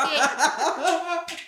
es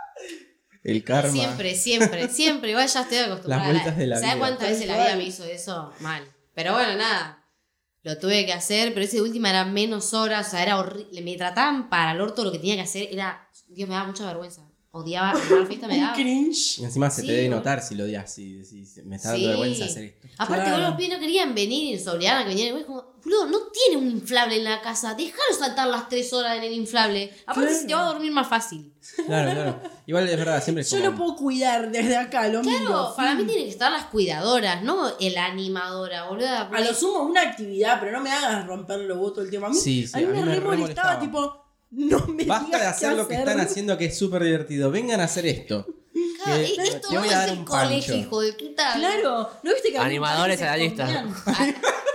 El que karma. siempre, igual ya estoy acostumbrada. Las vueltas de la ¿Sabes vida. cuántas veces la vida me hizo eso? Mal. Pero bueno, nada. Lo tuve que hacer, pero ese de última era menos horas, o sea, era horrible. Me trataban para el orto, lo que tenía que hacer era. Dios, me daba mucha vergüenza. Odiaba animar fiesta, me Un daba. cringe. Y encima se Sí, te debe boludo. notar si lo odias, si me está dando Sí. vergüenza hacer esto. Aparte, Claro. boludo, los pibes no querían venir y nos obligaban a que vinieran. Y es como, boludo, no tiene un inflable en la casa. Déjalo saltar las 3 horas en el inflable. Aparte, Claro. se te va a dormir más fácil. Claro. Igual es verdad, siempre es Yo como... lo puedo cuidar desde acá, lo Claro, miro. para mí tienen que estar las cuidadoras, no la animadora, boludo. A lo sumo una actividad, pero no me hagas romper los huevos todo el tiempo. A mí, Sí, a mí me re molestaba, molestaba. tipo, no me Basta digas de hacer qué lo que hacer. están haciendo, que es súper divertido. Vengan a hacer esto. Claro, Que esto te no voy es a dar el un colegio, pancho. hijo de puta. Claro, ¿no viste que había Animadores un par a la que se lista. escondían?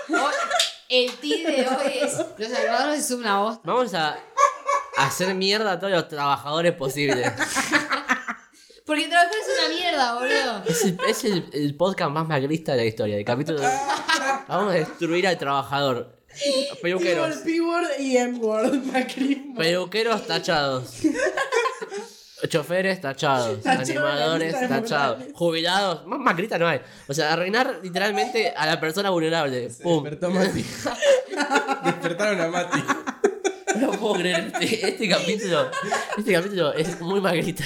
El tip de hoy es: los animadores es una voz. Vamos a hacer mierda a todos los trabajadores posibles. Porque trabajar es una mierda, boludo. Es el podcast más magrista de la historia. El capítulo de... Vamos a destruir al trabajador. Peluqueros. P-word y M-word, macrismo. Peluqueros tachados. Choferes tachados. Tachados en la animadores lista de tachados. mortales. Jubilados. Más macrista no hay. O sea, arruinar literalmente a la persona vulnerable. Se Pum. despertó Mati. Despertaron a Mati. No puedo creer. Este capítulo es muy magrita.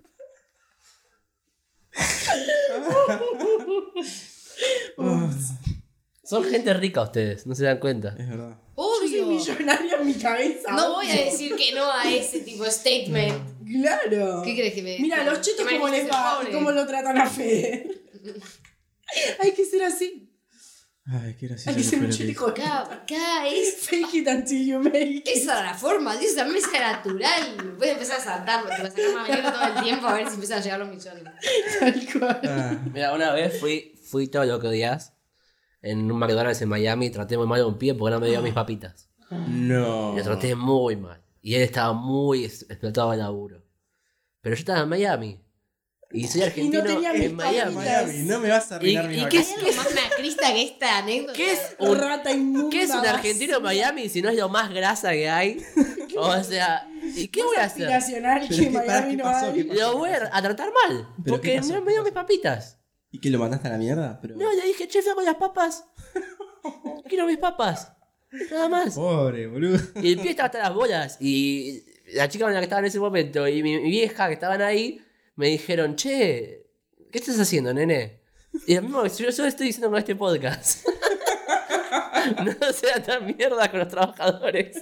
Son gente rica ustedes, no se dan cuenta. Es verdad. Yo soy Obvio. millonaria en mi cabeza. No voy a decir que no a ese tipo de statement. Claro. ¿Qué crees que me Mira, los chetos que cómo les manifieste va, pobre? cómo lo tratan a Fede. Hay que ser así. Ay, qué gracioso. Hay que ser un fue lo cheto que hijo de Acá es. fake it until you make it. Esa era la forma, Dios, a mí me sale natural. Voy a empezar a saltar, te voy a sacar más veneno todo el tiempo a ver si empiezan a llegar los millones. Tal cual. Ah, Mira, una vez fui todo lo que odias en un McDonald's en Miami y traté muy mal a un pibe porque no me dio mis papitas. no. Y lo traté muy mal. Y él estaba muy explotado de laburo. Pero yo estaba en Miami. Y soy argentino tenía mis en Miami. papitas. Miami, no me vas a arruinar ¿Y- mis y qué vacaciones. ¿Hay algo más macrista que esta anécdota? ¿Qué es un, Rata inmunda. ¿qué es un argentino en Miami si no es lo más grasa que hay? O sea, ¿y qué voy a hacer? Aspiracional Pero que es que, pará, Miami ¿qué no pasó? hay. ¿Qué pasó? Lo voy a tratar mal. ¿Pero Porque qué pasó? no me dio mis papitas. ¿Y que lo mandaste a la mierda? Pero... No, le dije, che, con las papas. Quiero mis papas. Nada más. Pobre, boludo. Y el pie estaba hasta las bolas. Y la chica con la que estaba en ese momento y mi vieja que estaban ahí me dijeron, che, ¿qué estás haciendo, nene? Y lo mismo, yo estoy diciendo con este podcast. No sean tan mierda con los trabajadores.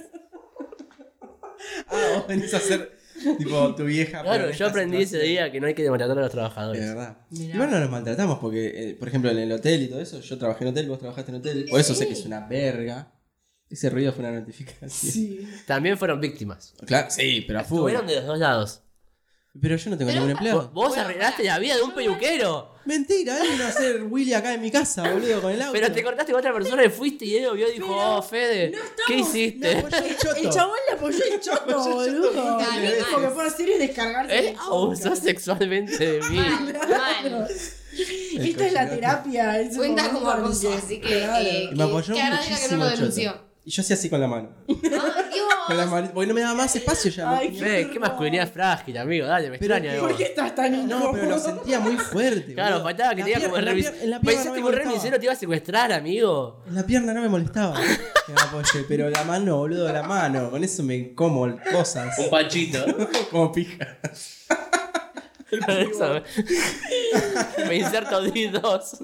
Ah, vos venís a hacer tipo tu vieja. pero Claro, en yo esta aprendí ese situación. día que no hay que maltratar a los De trabajadores. verdad. Mirá. Igual no nos maltratamos porque, por ejemplo, en el hotel y todo eso, yo trabajé en hotel, vos trabajaste en hotel. Por eso sé que es una verga. Ese ruido fue una notificación. Sí. También fueron víctimas. Claro, sí, pero a full. Estuvieron de los dos lados. Pero yo no tengo ningún empleado. Vos Bueno, arreglaste la vida de un peluquero. Mentira, él vino a hacer Willy acá en mi casa, boludo, con el auto. Pero te cortaste con otra persona y fuiste y él lo vio y dijo, Pero oh, Fede, no estamos- ¿qué hiciste? No, yo choto. El chabón le apoyó el choto, boludo. Dale, Lo único mal. que puede hacer es descargarse. Él el abusó podcast. sexualmente de mí. Mal. Esta es la terapia. es un Cuenta como momento en acoso, que- así que, Claro. Y me apoyó que agradezca que no muchísimo lo el choto. denunció. Y yo hacía así con la mano. ¡Ah, Con la Dios! mano, porque no me daba más espacio ya. Ay, Fede, qué masculinidad frágil, amigo, dale, me Pero extraña. ¿Por vos. qué estás tan incómodo? No, pero lo sentía muy fuerte. Claro, boludo. faltaba que La te diga pier- como en la remis... pier- en la pierna Pensaste no que me un molestaba. remisero te iba a secuestrar, amigo. En la pierna no me molestaba que me apoye, pero la mano, boludo, la mano. Con eso me como cosas. panchito. Como pija. Con eso me inserto D2.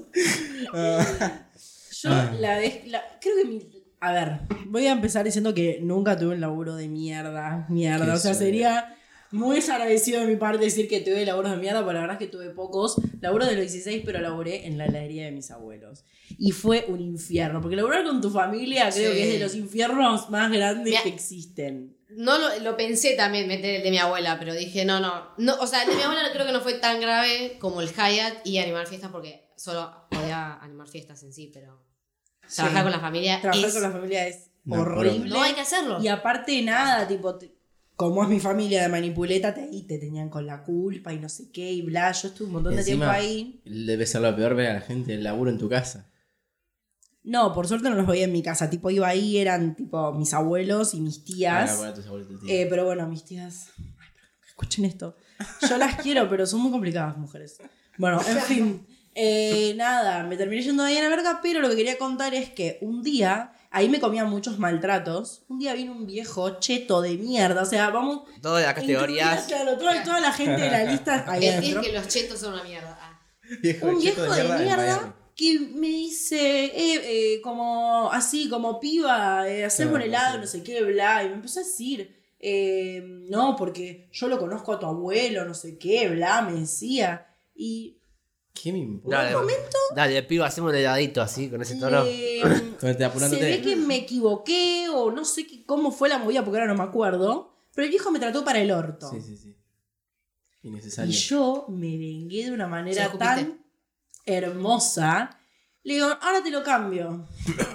Yo creo que a ver, voy a empezar diciendo que nunca tuve un laburo de mierda. O sea, Qué sería Muy desagradecido de mi parte decir que tuve laburos de mierda, pero la verdad es que tuve pocos. Laburo de los 16, pero laburé en la heladería de mis abuelos. Y fue un infierno, porque laburar con tu familia creo que es de los infiernos más grandes que existen. No lo pensé también meter el de mi abuela, pero dije, no. O sea, el de mi abuela creo que no fue tan grave como el Hyatt y animar fiestas, porque solo podía animar fiestas en sí, pero trabajar con la familia es horrible. No hay que hacerlo. Y aparte nada, tipo, como es mi familia de manipuleta, te tenían con la culpa y no sé qué y bla. Yo estuve un montón de tiempo ahí. Debe ser lo peor ver a la gente del laburo en tu casa. No, por suerte no los veía en mi casa. Tipo, iba ahí, eran tipo mis abuelos y mis tías. Bueno, tus abuelos y tus tías. Pero bueno, mis tías. Ay, pero nunca escuchen esto. Yo las quiero, pero son muy complicadas, mujeres. Bueno, en fin. Nada, me terminé yendo de ahí a la verga, pero lo que quería contar es que un día, ahí me comía muchos maltratos. Un día vino un viejo cheto de mierda. O sea, vamos. Todas las categorías. Claro, toda la gente de la lista ahí Mentís adentro. que los chetos son una mierda. Un viejo de en Miami. mierda que me dice, como así, como piba, hacemos un helado, no sé qué, bla. Y me empezó a decir, no, porque yo lo conozco a tu abuelo, no sé qué, bla, me decía. Y ¿Qué me importa? Dale, piba, hacemos un heladito así, con ese tono. se ve que me equivoqué o no sé cómo fue la movida porque ahora no me acuerdo. Pero el viejo me trató para el orto. Sí. Innecesario. Y yo me vengué de una manera Se escupiste. tan hermosa. Le digo, ahora te lo cambio.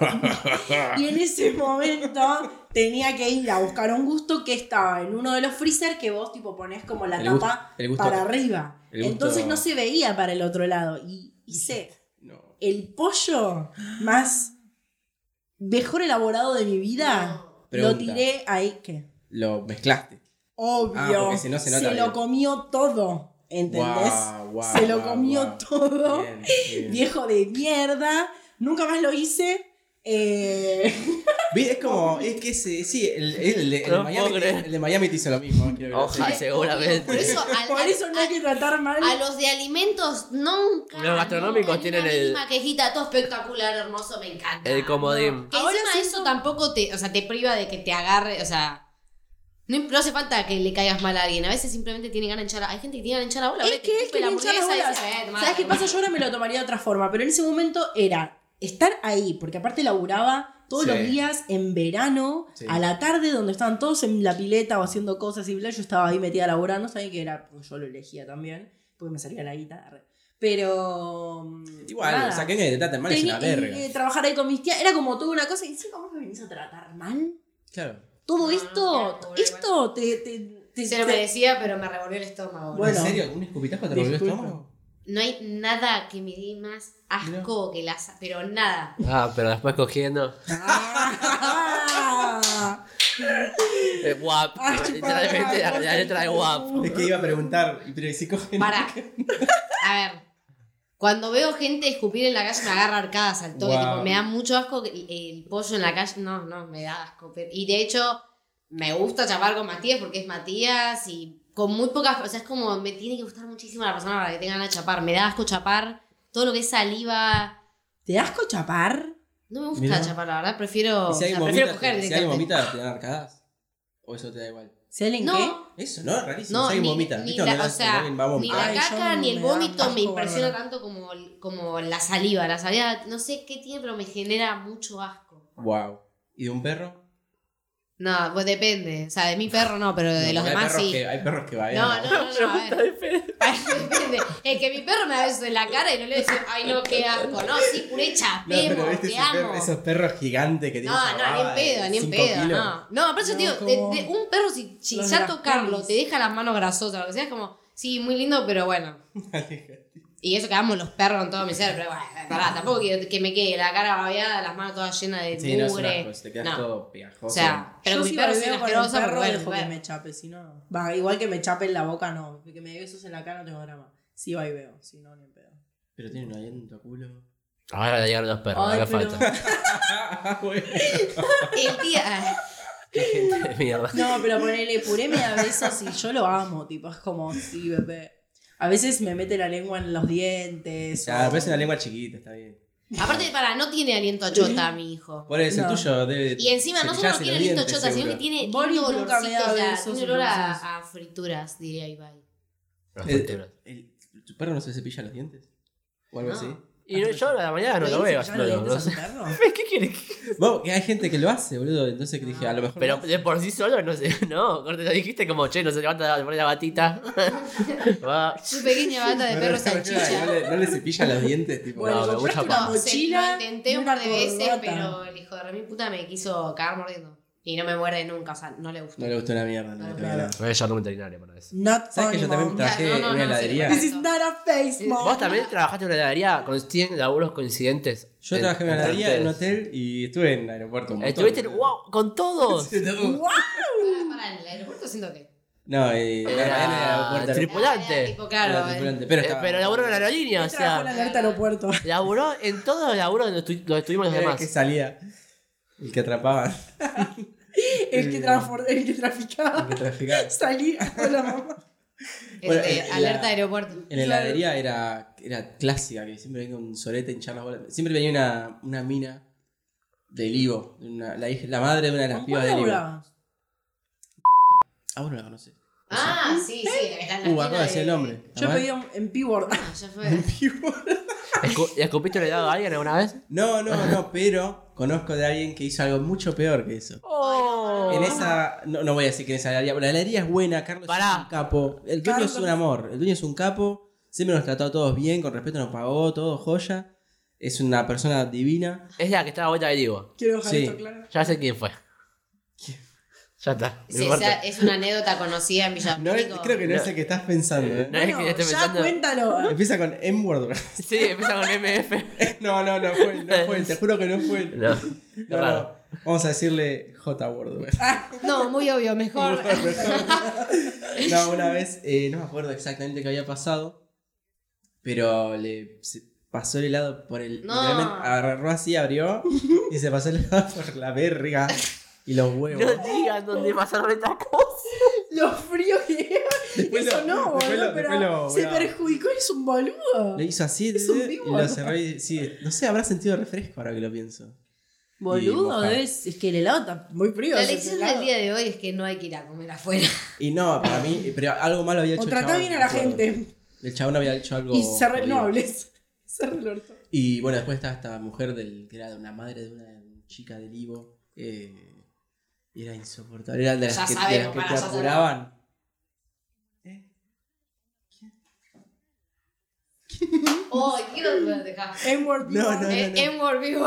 Y en ese momento tenía que ir a buscar un gusto que estaba en uno de los freezer que vos tipo ponés como la tapa el gusto, para arriba. el gusto- Entonces no se veía para el otro lado. Y hice No. el pollo más mejor elaborado de mi vida. Lo Pregunta. tiré ahí. ¿Qué? Lo mezclaste. Obvio. Porque si no se nota lo bien. comió todo. ¿Entendés? Guau, se lo guau, comió guau. todo. Bien. Viejo de mierda. Nunca más lo hice. Es como, es que el de No Miami, puedo creer. el de Miami te hizo lo mismo. quiero que lo Ojalá, sepas. seguramente. Por eso, Por eso no hay que tratar mal. a los de alimentos nunca. Los gastronómicos nunca, tienen ni una el- mínima quejita, todo espectacular, hermoso, me encanta. El comodín. Que Ahora encima siento- eso tampoco te priva de que te agarre, o sea. No hace falta que le caigas mal a alguien. A veces simplemente tiene ganas de hinchar. Hay gente que tiene ganas de hinchar la bola. Es que la le hinchar las hamburguesa y bolas. dices, tomá, ¿Sabes qué tomá. pasa? Yo ahora me lo tomaría de otra forma. Pero en ese momento era estar ahí. Porque aparte laburaba todos Sí. los días en verano. Sí. A la tarde donde estaban todos en la pileta o haciendo cosas y bla. Yo estaba ahí metida laburando. ¿Sabes qué era? Porque yo lo elegía también. Porque me salía la guitarra. Pero... Igual, nada. o sea, que te traten mal es una verga. trabajar ahí con mis tías. Era como toda una cosa. Y encima vos me venís a tratar mal. Claro. Todo No, esto... claro, esto te Se lo merecía, pero me revolvió el estómago. Bueno. ¿En serio? ¿Un escupitajo te revolvió el Disculpa. estómago? No hay nada que me dé más asco que las... Pero nada. Ah, pero después cogiendo. Ah. Guap. Literalmente la letra de guap. Es que iba a preguntar, pero si cogen. Para. A ver. Cuando veo gente escupir en la calle me agarra arcadas al toque. Wow. Tipo, me da mucho asco el pollo en la calle. No, me da asco. Y de hecho, me gusta chapar con Matías porque es Matías y con muy pocas... O sea, es como, me tiene que gustar muchísimo la persona para que tenga ganas de chapar. Me da asco chapar. Todo lo que es saliva... ¿Te da asco chapar? No me gusta Mirá. chapar, la verdad. Prefiero, ¿Y si alguien prefiero vomita, coger si alguien directamente. vomita, te dan arcadas? ¿O eso te da igual? ¿Si alguien No. qué? Eso, ¿no? Rarísimo. No, si alguien ni, vomita. ni ¿Viste la, cuando o sea, alguien va a ni vomitar? la Ay, yo caca ni el me da vómito asco, me impresiona bárbaro. tanto como la saliva. La saliva, no sé qué tiene, pero me genera mucho asco. Wow. ¿Y de un perro? No, pues depende. O sea, de mi perro no, pero de No, los porque demás sí. Hay perros que vayan. No, a ver. Depende. Es que mi perro me da besos en la cara y no le digo, ay no, qué asco. No, sí, puré No, chapemos, pero viste te esos, amo. esos perros gigantes que tienen. No, esa no, ni en baba pedo, de ni en 5 pedo, kilos. no. No, aparte yo te No, digo, como de un perro si los ya de las tocarlo pelis. te deja las manos grasosas, lo que sea, es como, sí, muy lindo, pero bueno. Y eso que amo los perros con todo mi ser, pero bueno, pará, tampoco quiero que me quede la cara babeada, las manos todas llenas de Sí, no es un mugre. asco, te quedas No. todo pegajoso. O sea, pero Yo con mi si perro soy babeo una con el asquerosa, perro, pero bueno, dejo que bueno. me chape, si no... Va, igual que me chape en la boca, no. Que me dé besos en la cara no tengo drama. Sí, va y veo, si no, ni en pedo. Pero tienen un aliento a culo. Ahora llegaron los perros, Ay, acá pero- falta. Bueno. El día... Qué gente de mierda. No, pero ponele puré me da besos y yo lo amo, tipo, es como, sí, bebé. A veces me mete la lengua en los dientes. Ya, o- ves una lengua chiquita, está bien. Aparte, no tiene aliento a chota, mi hijo. Por eso, No. el tuyo debe. Y encima no solo no cepillarse tiene los aliento a dientes, chota, sino que seguro. tiene Boris lindo nunca me olorcito da ya. besos, Tiene olor entonces. a frituras, diría Ibai. Las El- frituras. ¿Tu perro no se cepilla los dientes? ¿O algo No. así? Y yo a la mañana no lo veo, ¿Ya lo pero no dientes a sé. tu perro? ¿Qué quiere? Vos, que hay gente que lo hace, boludo. Entonces que dije, a lo mejor. Pero no. de por sí solo, no sé, no, corte, lo dijiste como, che, no se levanta, le pone la batita. Va. Su pequeña bata de perro salchicha. No le cepilla los dientes, tipo. Bueno, No, me compraste gusta una No, mochila. lo intenté y un una par de veces, corbata. pero el hijo de remil puta me quiso cagar mordiendo. Y no me muerde nunca, o sea, no le gusta. No le gustó una mierda, no le Claro. nada. Voy a llevar a un veterinario para eso. Not ¿Sabes que funny, yo también mom. trabajé No, en no, una no, heladería? sí. This is not a face, mom. ¿Vos también trabajaste en una heladería con 100 laburos coincidentes? Yo trabajé en una heladería, en un ustedes. hotel y estuve en el aeropuerto. un montón. Estuviste, wow, con todos. Para el aeropuerto siento que. No, la mañana del Era aeropuerto. tripulante. Tipo, claro. Era tripulante, pero estaba- Pero laburó en la aerolínea, o Trabajó en sea, alerta aeropuerto. laburó en todos los laburos donde estuvimos los Era el demás. que salía. El que atrapaban. El que traficaba. El que traficaba. Salía con la mamá. Bueno, Alerta aeropuerto. En la heladería era clásica, que siempre venía un sorete hinchar las bolas. Siempre venía una mina del Ivo, la madre de una de las ¿Con pibas cuál del Ivo. laburabas? Ah, vos no la conocés. Ah, sí, sí. Está en la Acabo de decir el nombre. Yo ¿La pedí madre? en P-Word. Ah, ya fue. ¿Y escupiste el helado a alguien alguna vez? No, pero conozco de alguien que hizo algo mucho peor que eso. Oh. En esa, no voy a decir que en esa heladería, pero la heladería es buena, Carlos Pará. es un capo. El dueño es un amor, el dueño es un capo, siempre nos trató a todos bien, con respeto nos pagó, todo joya. Es una persona divina. Es la que está a la vuelta de Digo. Quiero dejar Sí. esto claro. Ya sé quién fue. Ya está. no Sí, importa. es una anécdota conocida en Villa No es- México. creo que no es el que estás pensando. ¿eh? No es que esté ya pensando. cuéntalo. Empieza con M-word. Sí, empieza con MF. No fue, te juro que no fue. No, No, raro. Vamos a decirle J-word. No, muy obvio, mejor. No, una vez, no me acuerdo exactamente qué había pasado, pero se pasó el helado por el... No. Literalmente agarró así, abrió y se pasó el helado por la verga y los huevos. No digan dónde pasaron estas cosas. Lo frío que era. Después Eso lo- no, después boludo, lo- pero después lo- se no. perjudicó, es un boludo. Le hizo así Es un y vivo, lo ¿no? cerró y sí, no sé, habrá sentido refresco ahora que lo pienso. Y Boludo, mojado. es que el helado está muy frío. La ese lección helado. del día de hoy es que no hay que ir a comer afuera. Y no, para mí, pero algo malo había hecho O el tratá chabón, bien a me la acuerdo. gente. El chabón había hecho algo... Y cerré, no jodido. hables. Cerré el orto. Y bueno, después estaba esta mujer que era una madre de una chica del Ivo. Y era insoportable. Era de las Ya que, sabemos, de las que para, te ya sabemos. apuraban. Oh, quiero dejar. M-word. No, no. M-word vivo.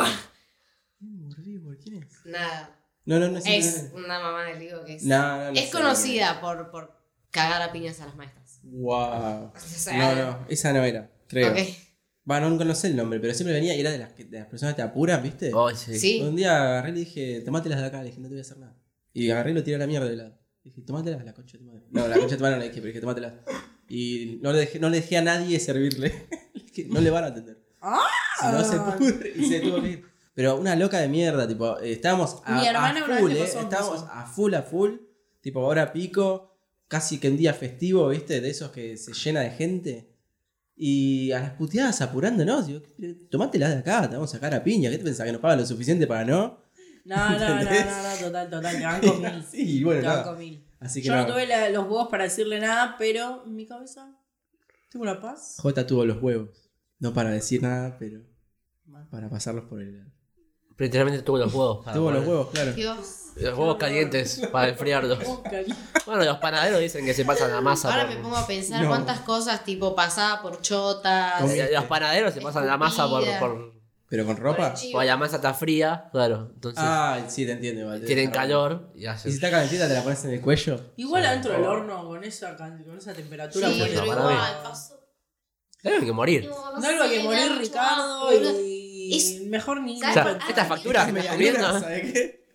¿Quién es? Nada. No, Es una mamá del Ligo que es. No, Es conocida por cagar a piñas a las maestras. Wow. O sea, No, esa no era, creo. Ok. Va, no sé el nombre, pero siempre venía y era de las personas que te apuran, ¿viste? Oh, sí. Sí. Un día agarré y le dije, tomátelas de acá, le dije, no te voy a hacer nada. Y agarré y lo tiré a la mierda de lado. Le dije, tomátelas, la concha de tu madre. No, la concha de tu madre no le dije, pero dije, tomátelas. Y no le dejé a nadie servirle. Le dije, no le van a atender. Si no se pudre y se tuvo que ir. Pero una loca de mierda, tipo, estábamos Mi hermana una full, vez le pasó estábamos eso. a full, tipo, hora pico, casi que en día festivo, ¿viste? De esos que se llena de gente. Y a las puteadas apurándonos, digo, tomátelas de acá, te vamos a sacar a piña, ¿qué te pensás? ¿Que nos pagan lo suficiente para no? No, ¿Entendés? total, te banco mil. Sí, bueno, Te nada. banco mil. Así que Yo no no. tuve los huevos para decirle nada, pero en mi cabeza tengo la paz. J tuvo los huevos. No para decir nada, pero para pasarlos por el... Pero literalmente tuvo los huevos. para Tuvo los poner- huevos, claro. Dios. Los huevos calientes para enfriarlos. Oh, cari- Bueno, los panaderos dicen que se pasan la masa. Ahora por- me pongo a pensar No. cuántas cosas, tipo, pasaba por chotas. Comí. Los panaderos se pasan la masa Escupida. ¿Pero con por ropa? el chivo. Porque la masa está fría, claro. Entonces Ah, sí, te entiendo. Igual, tienen está calor y Y si hacen. está calentita, te la pones en el cuello. Igual adentro del horno, con esa temperatura. Sí, Pues, pero no, igual maravilla. pasó. Tienen que morir. No hay algo que sé, morir, da mucho Ricardo, asco, boludo. y Es- mejor ni... O ¿Sabes? sea, estas facturas que estás comiendo. ¿Sabes qué?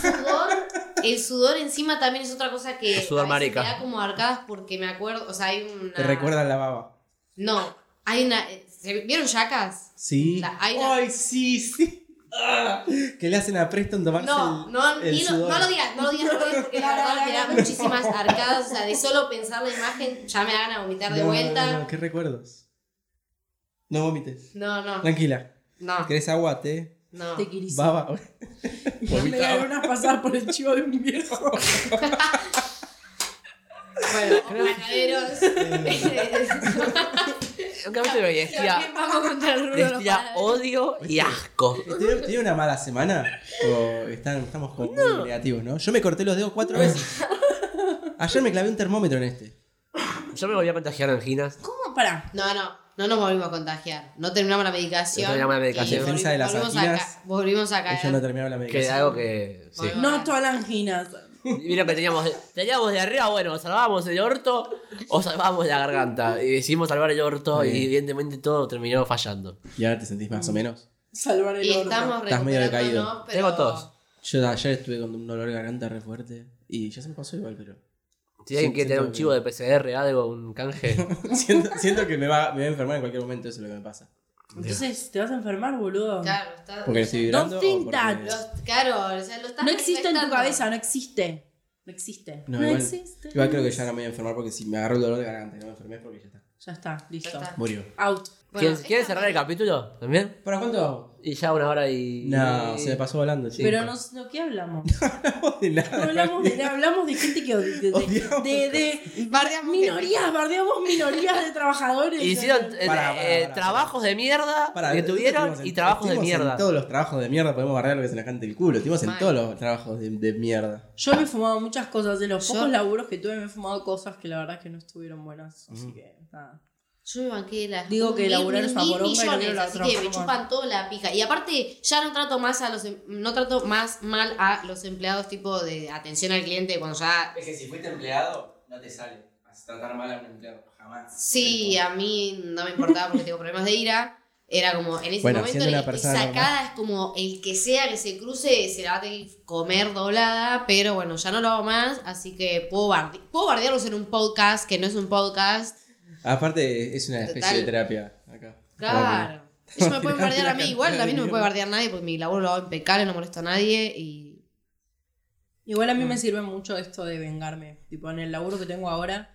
El sudor encima también es otra cosa que El sudor a veces marica. me da como arcadas porque me acuerdo, o sea, hay una... Te recuerda la baba. No, hay una... ¿Vieron Jackass? Sí. Hay una- Ay, sí. Ah, que le hacen a Preston tomarse No, el no sudor. lo digas porque la verdad me da muchísimas arcadas, o sea, de solo pensar la imagen ya me dan a vomitar de No, vuelta. no, qué recuerdos. No vomites. No. Tranquila. No, ¿Querés agua, té, no. Te querís. baba? No me dieron unas pasadas por el chivo de un viejo. Bueno, ganaderos. Un capítulo que decía, Vamos contra el rubro. decía odio y asco. ¿Tiene una mala semana? ¿O estamos con muy negativos, no? Yo me corté los dedos 4 veces. Ayer me clavé un termómetro en este. Yo me volví a contagiar de anginas. ¿Cómo? Pará. No nos volvimos a contagiar. No terminamos la medicación. No terminamos la medicación. y Defensa de las volvimos anginas. volvimos a caer. Ella no terminó la Que medicación. algo que. Sí. Bueno. No todas las anginas. Vieron que teníamos de arriba, bueno, salvábamos el orto o salvábamos la garganta. Y decidimos salvar el orto y evidentemente todo terminó fallando. ¿Y ahora te sentís más o menos? Salvar el Y orto. estamos Estás medio recuperándonos, decaído. pero... Tengo tos. Yo ayer estuve con un dolor de garganta re fuerte. Y ya se me pasó igual, pero... Si alguien quiere tener un siento chivo de PCR, algo, un canje. siento que me va a enfermar en cualquier momento, eso es lo que me pasa. Entonces, ¿te vas a enfermar, boludo? Claro, está... Porque estoy vibrando. Don't think o porque- that. Claro, o sea, lo estás No existe en tu manifestando. cabeza, no existe. No existe. No, igual, existe. igual creo que ya no me voy a enfermar porque si me agarró el dolor de garganta y no me enfermé es porque ya está. Ya está, listo. Ya está. Murió. Out. Bueno, ¿Quieren cerrar el capítulo también? ¿Para cuánto? Y ya 1 hora y. No, se me pasó volando, chico. Pero no, ¿qué hablamos? de No nada. hablamos de nada, hablamos de gente que Odiamos. de Bardeamos minorías, bardeamos minorías de trabajadores. Hicieron Para. trabajos de mierda Para, que tuvieron y trabajos de mierda. En todos los trabajos de mierda podemos barrer lo que se nos cante el culo. Estuvimos en Mal. todos los trabajos de mierda. Yo me he fumado muchas cosas, de los Yo- pocos laburos que tuve me he fumado cosas que la verdad es que no estuvieron buenas. Así que, nada. Yo me banqué las Digo que laburar es una poronga y no quiero millones, así que me trabajar chupan toda la pija. Y aparte, ya no trato más no trato más mal a los empleados tipo de atención al cliente cuando ya... Es que si fuiste empleado, no te sale. Vas a tratar mal a un empleado. Jamás. Sí, a mí no me importaba porque tengo problemas de ira. Era como, en ese Bueno, momento siendo una la persona sacada es como el que sea que se cruce se la va a tener que comer doblada, pero bueno, ya no lo hago más, así que puedo bardearlos en un podcast que no es un podcast. Aparte, es una especie Total. de terapia acá. Claro. Ellos me pueden Tirate bardear a la mí igual, cantidad a mí de no me puede mierda. bardear nadie porque mi laburo lo hago impecable, no molesto a nadie y... Igual a mí me sirve mucho esto de vengarme. Tipo, en el laburo que tengo ahora,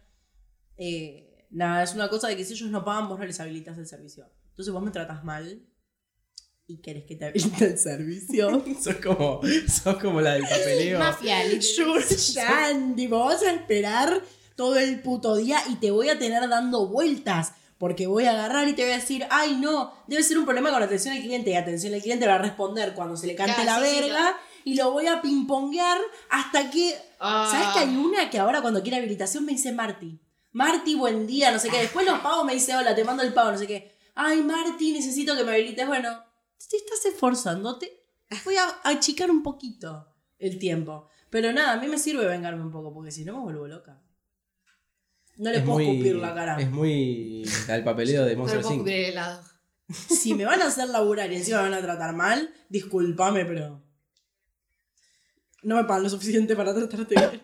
nada, es una cosa de que si ellos no pagan, vos no les habilitas el servicio. Entonces vos me tratas mal y querés que te habilite el servicio. sos como la del papeleo. Mafia, literal. Tipo, vas a esperar todo el puto día y te voy a tener dando vueltas. Porque voy a agarrar y te voy a decir, ay no, debe ser un problema con atención al cliente. Y atención al cliente va a responder cuando se le cante Claro, la sí, sí, verga. Y lo voy a pingponguear hasta que... Ah. ¿Sabes que hay una que ahora cuando quiere habilitación me dice Marti? Marti, buen día, no sé qué. Después los pago, me dice, hola, te mando el pago, no sé qué. Ay, Marti, necesito que me habilites. Bueno, te estás esforzándote. Voy a achicar un poquito el tiempo. Pero nada, a mí me sirve vengarme un poco, porque si no me vuelvo loca. No le puedo escupir la cara. Es muy al papeleo de No Monster me puedo 5. cubrir el helado. Si me van a hacer laburar y encima me van a tratar mal, discúlpame, pero... No me pagan lo suficiente para tratarte bien.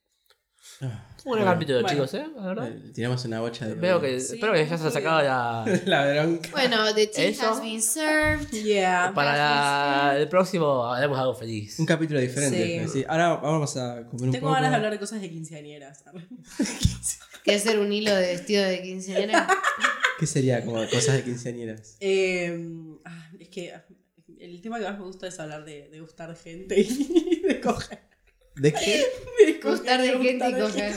Un buen capítulo, bueno. chicos, la verdad. Tiramos una bocha de... Veo que, Sí, espero que ya se ha sacado la. La bronca. Bueno, the tea Eso. has been served. Yeah. El próximo haremos algo feliz. Un capítulo diferente. Sí. Sí. Ahora vamos a comer un Tengo poco. ganas de hablar de cosas de quinceañeras. ¿Quieres hacer un hilo de vestido de quinceañera? ¿Qué sería como cosas de quinceañeras? Es que el tema que más me gusta es hablar de gustar gente y de coger. ¿De qué? Gustar de gente y coger.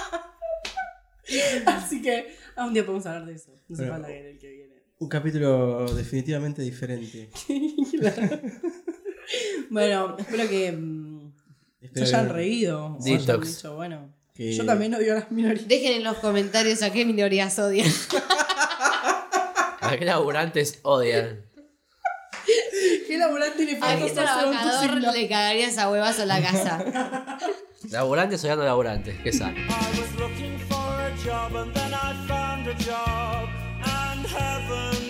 Así que un día podemos hablar de eso. No se Bueno. falta que en el que viene. Un capítulo definitivamente diferente. Bueno, espero que se Espero hayan que- reído. O Detox. hayan dicho, bueno, que- yo también odio a las minorías. Dejen en los comentarios a qué minorías odian. ¿A qué laburantes odian? ¿Qué laburante le ¿A falta qué trabajador le cagarías a huevazo la casa? Laburantes odiando laburantes, ¿qué sabe? I was looking for a job and then I found a job and heaven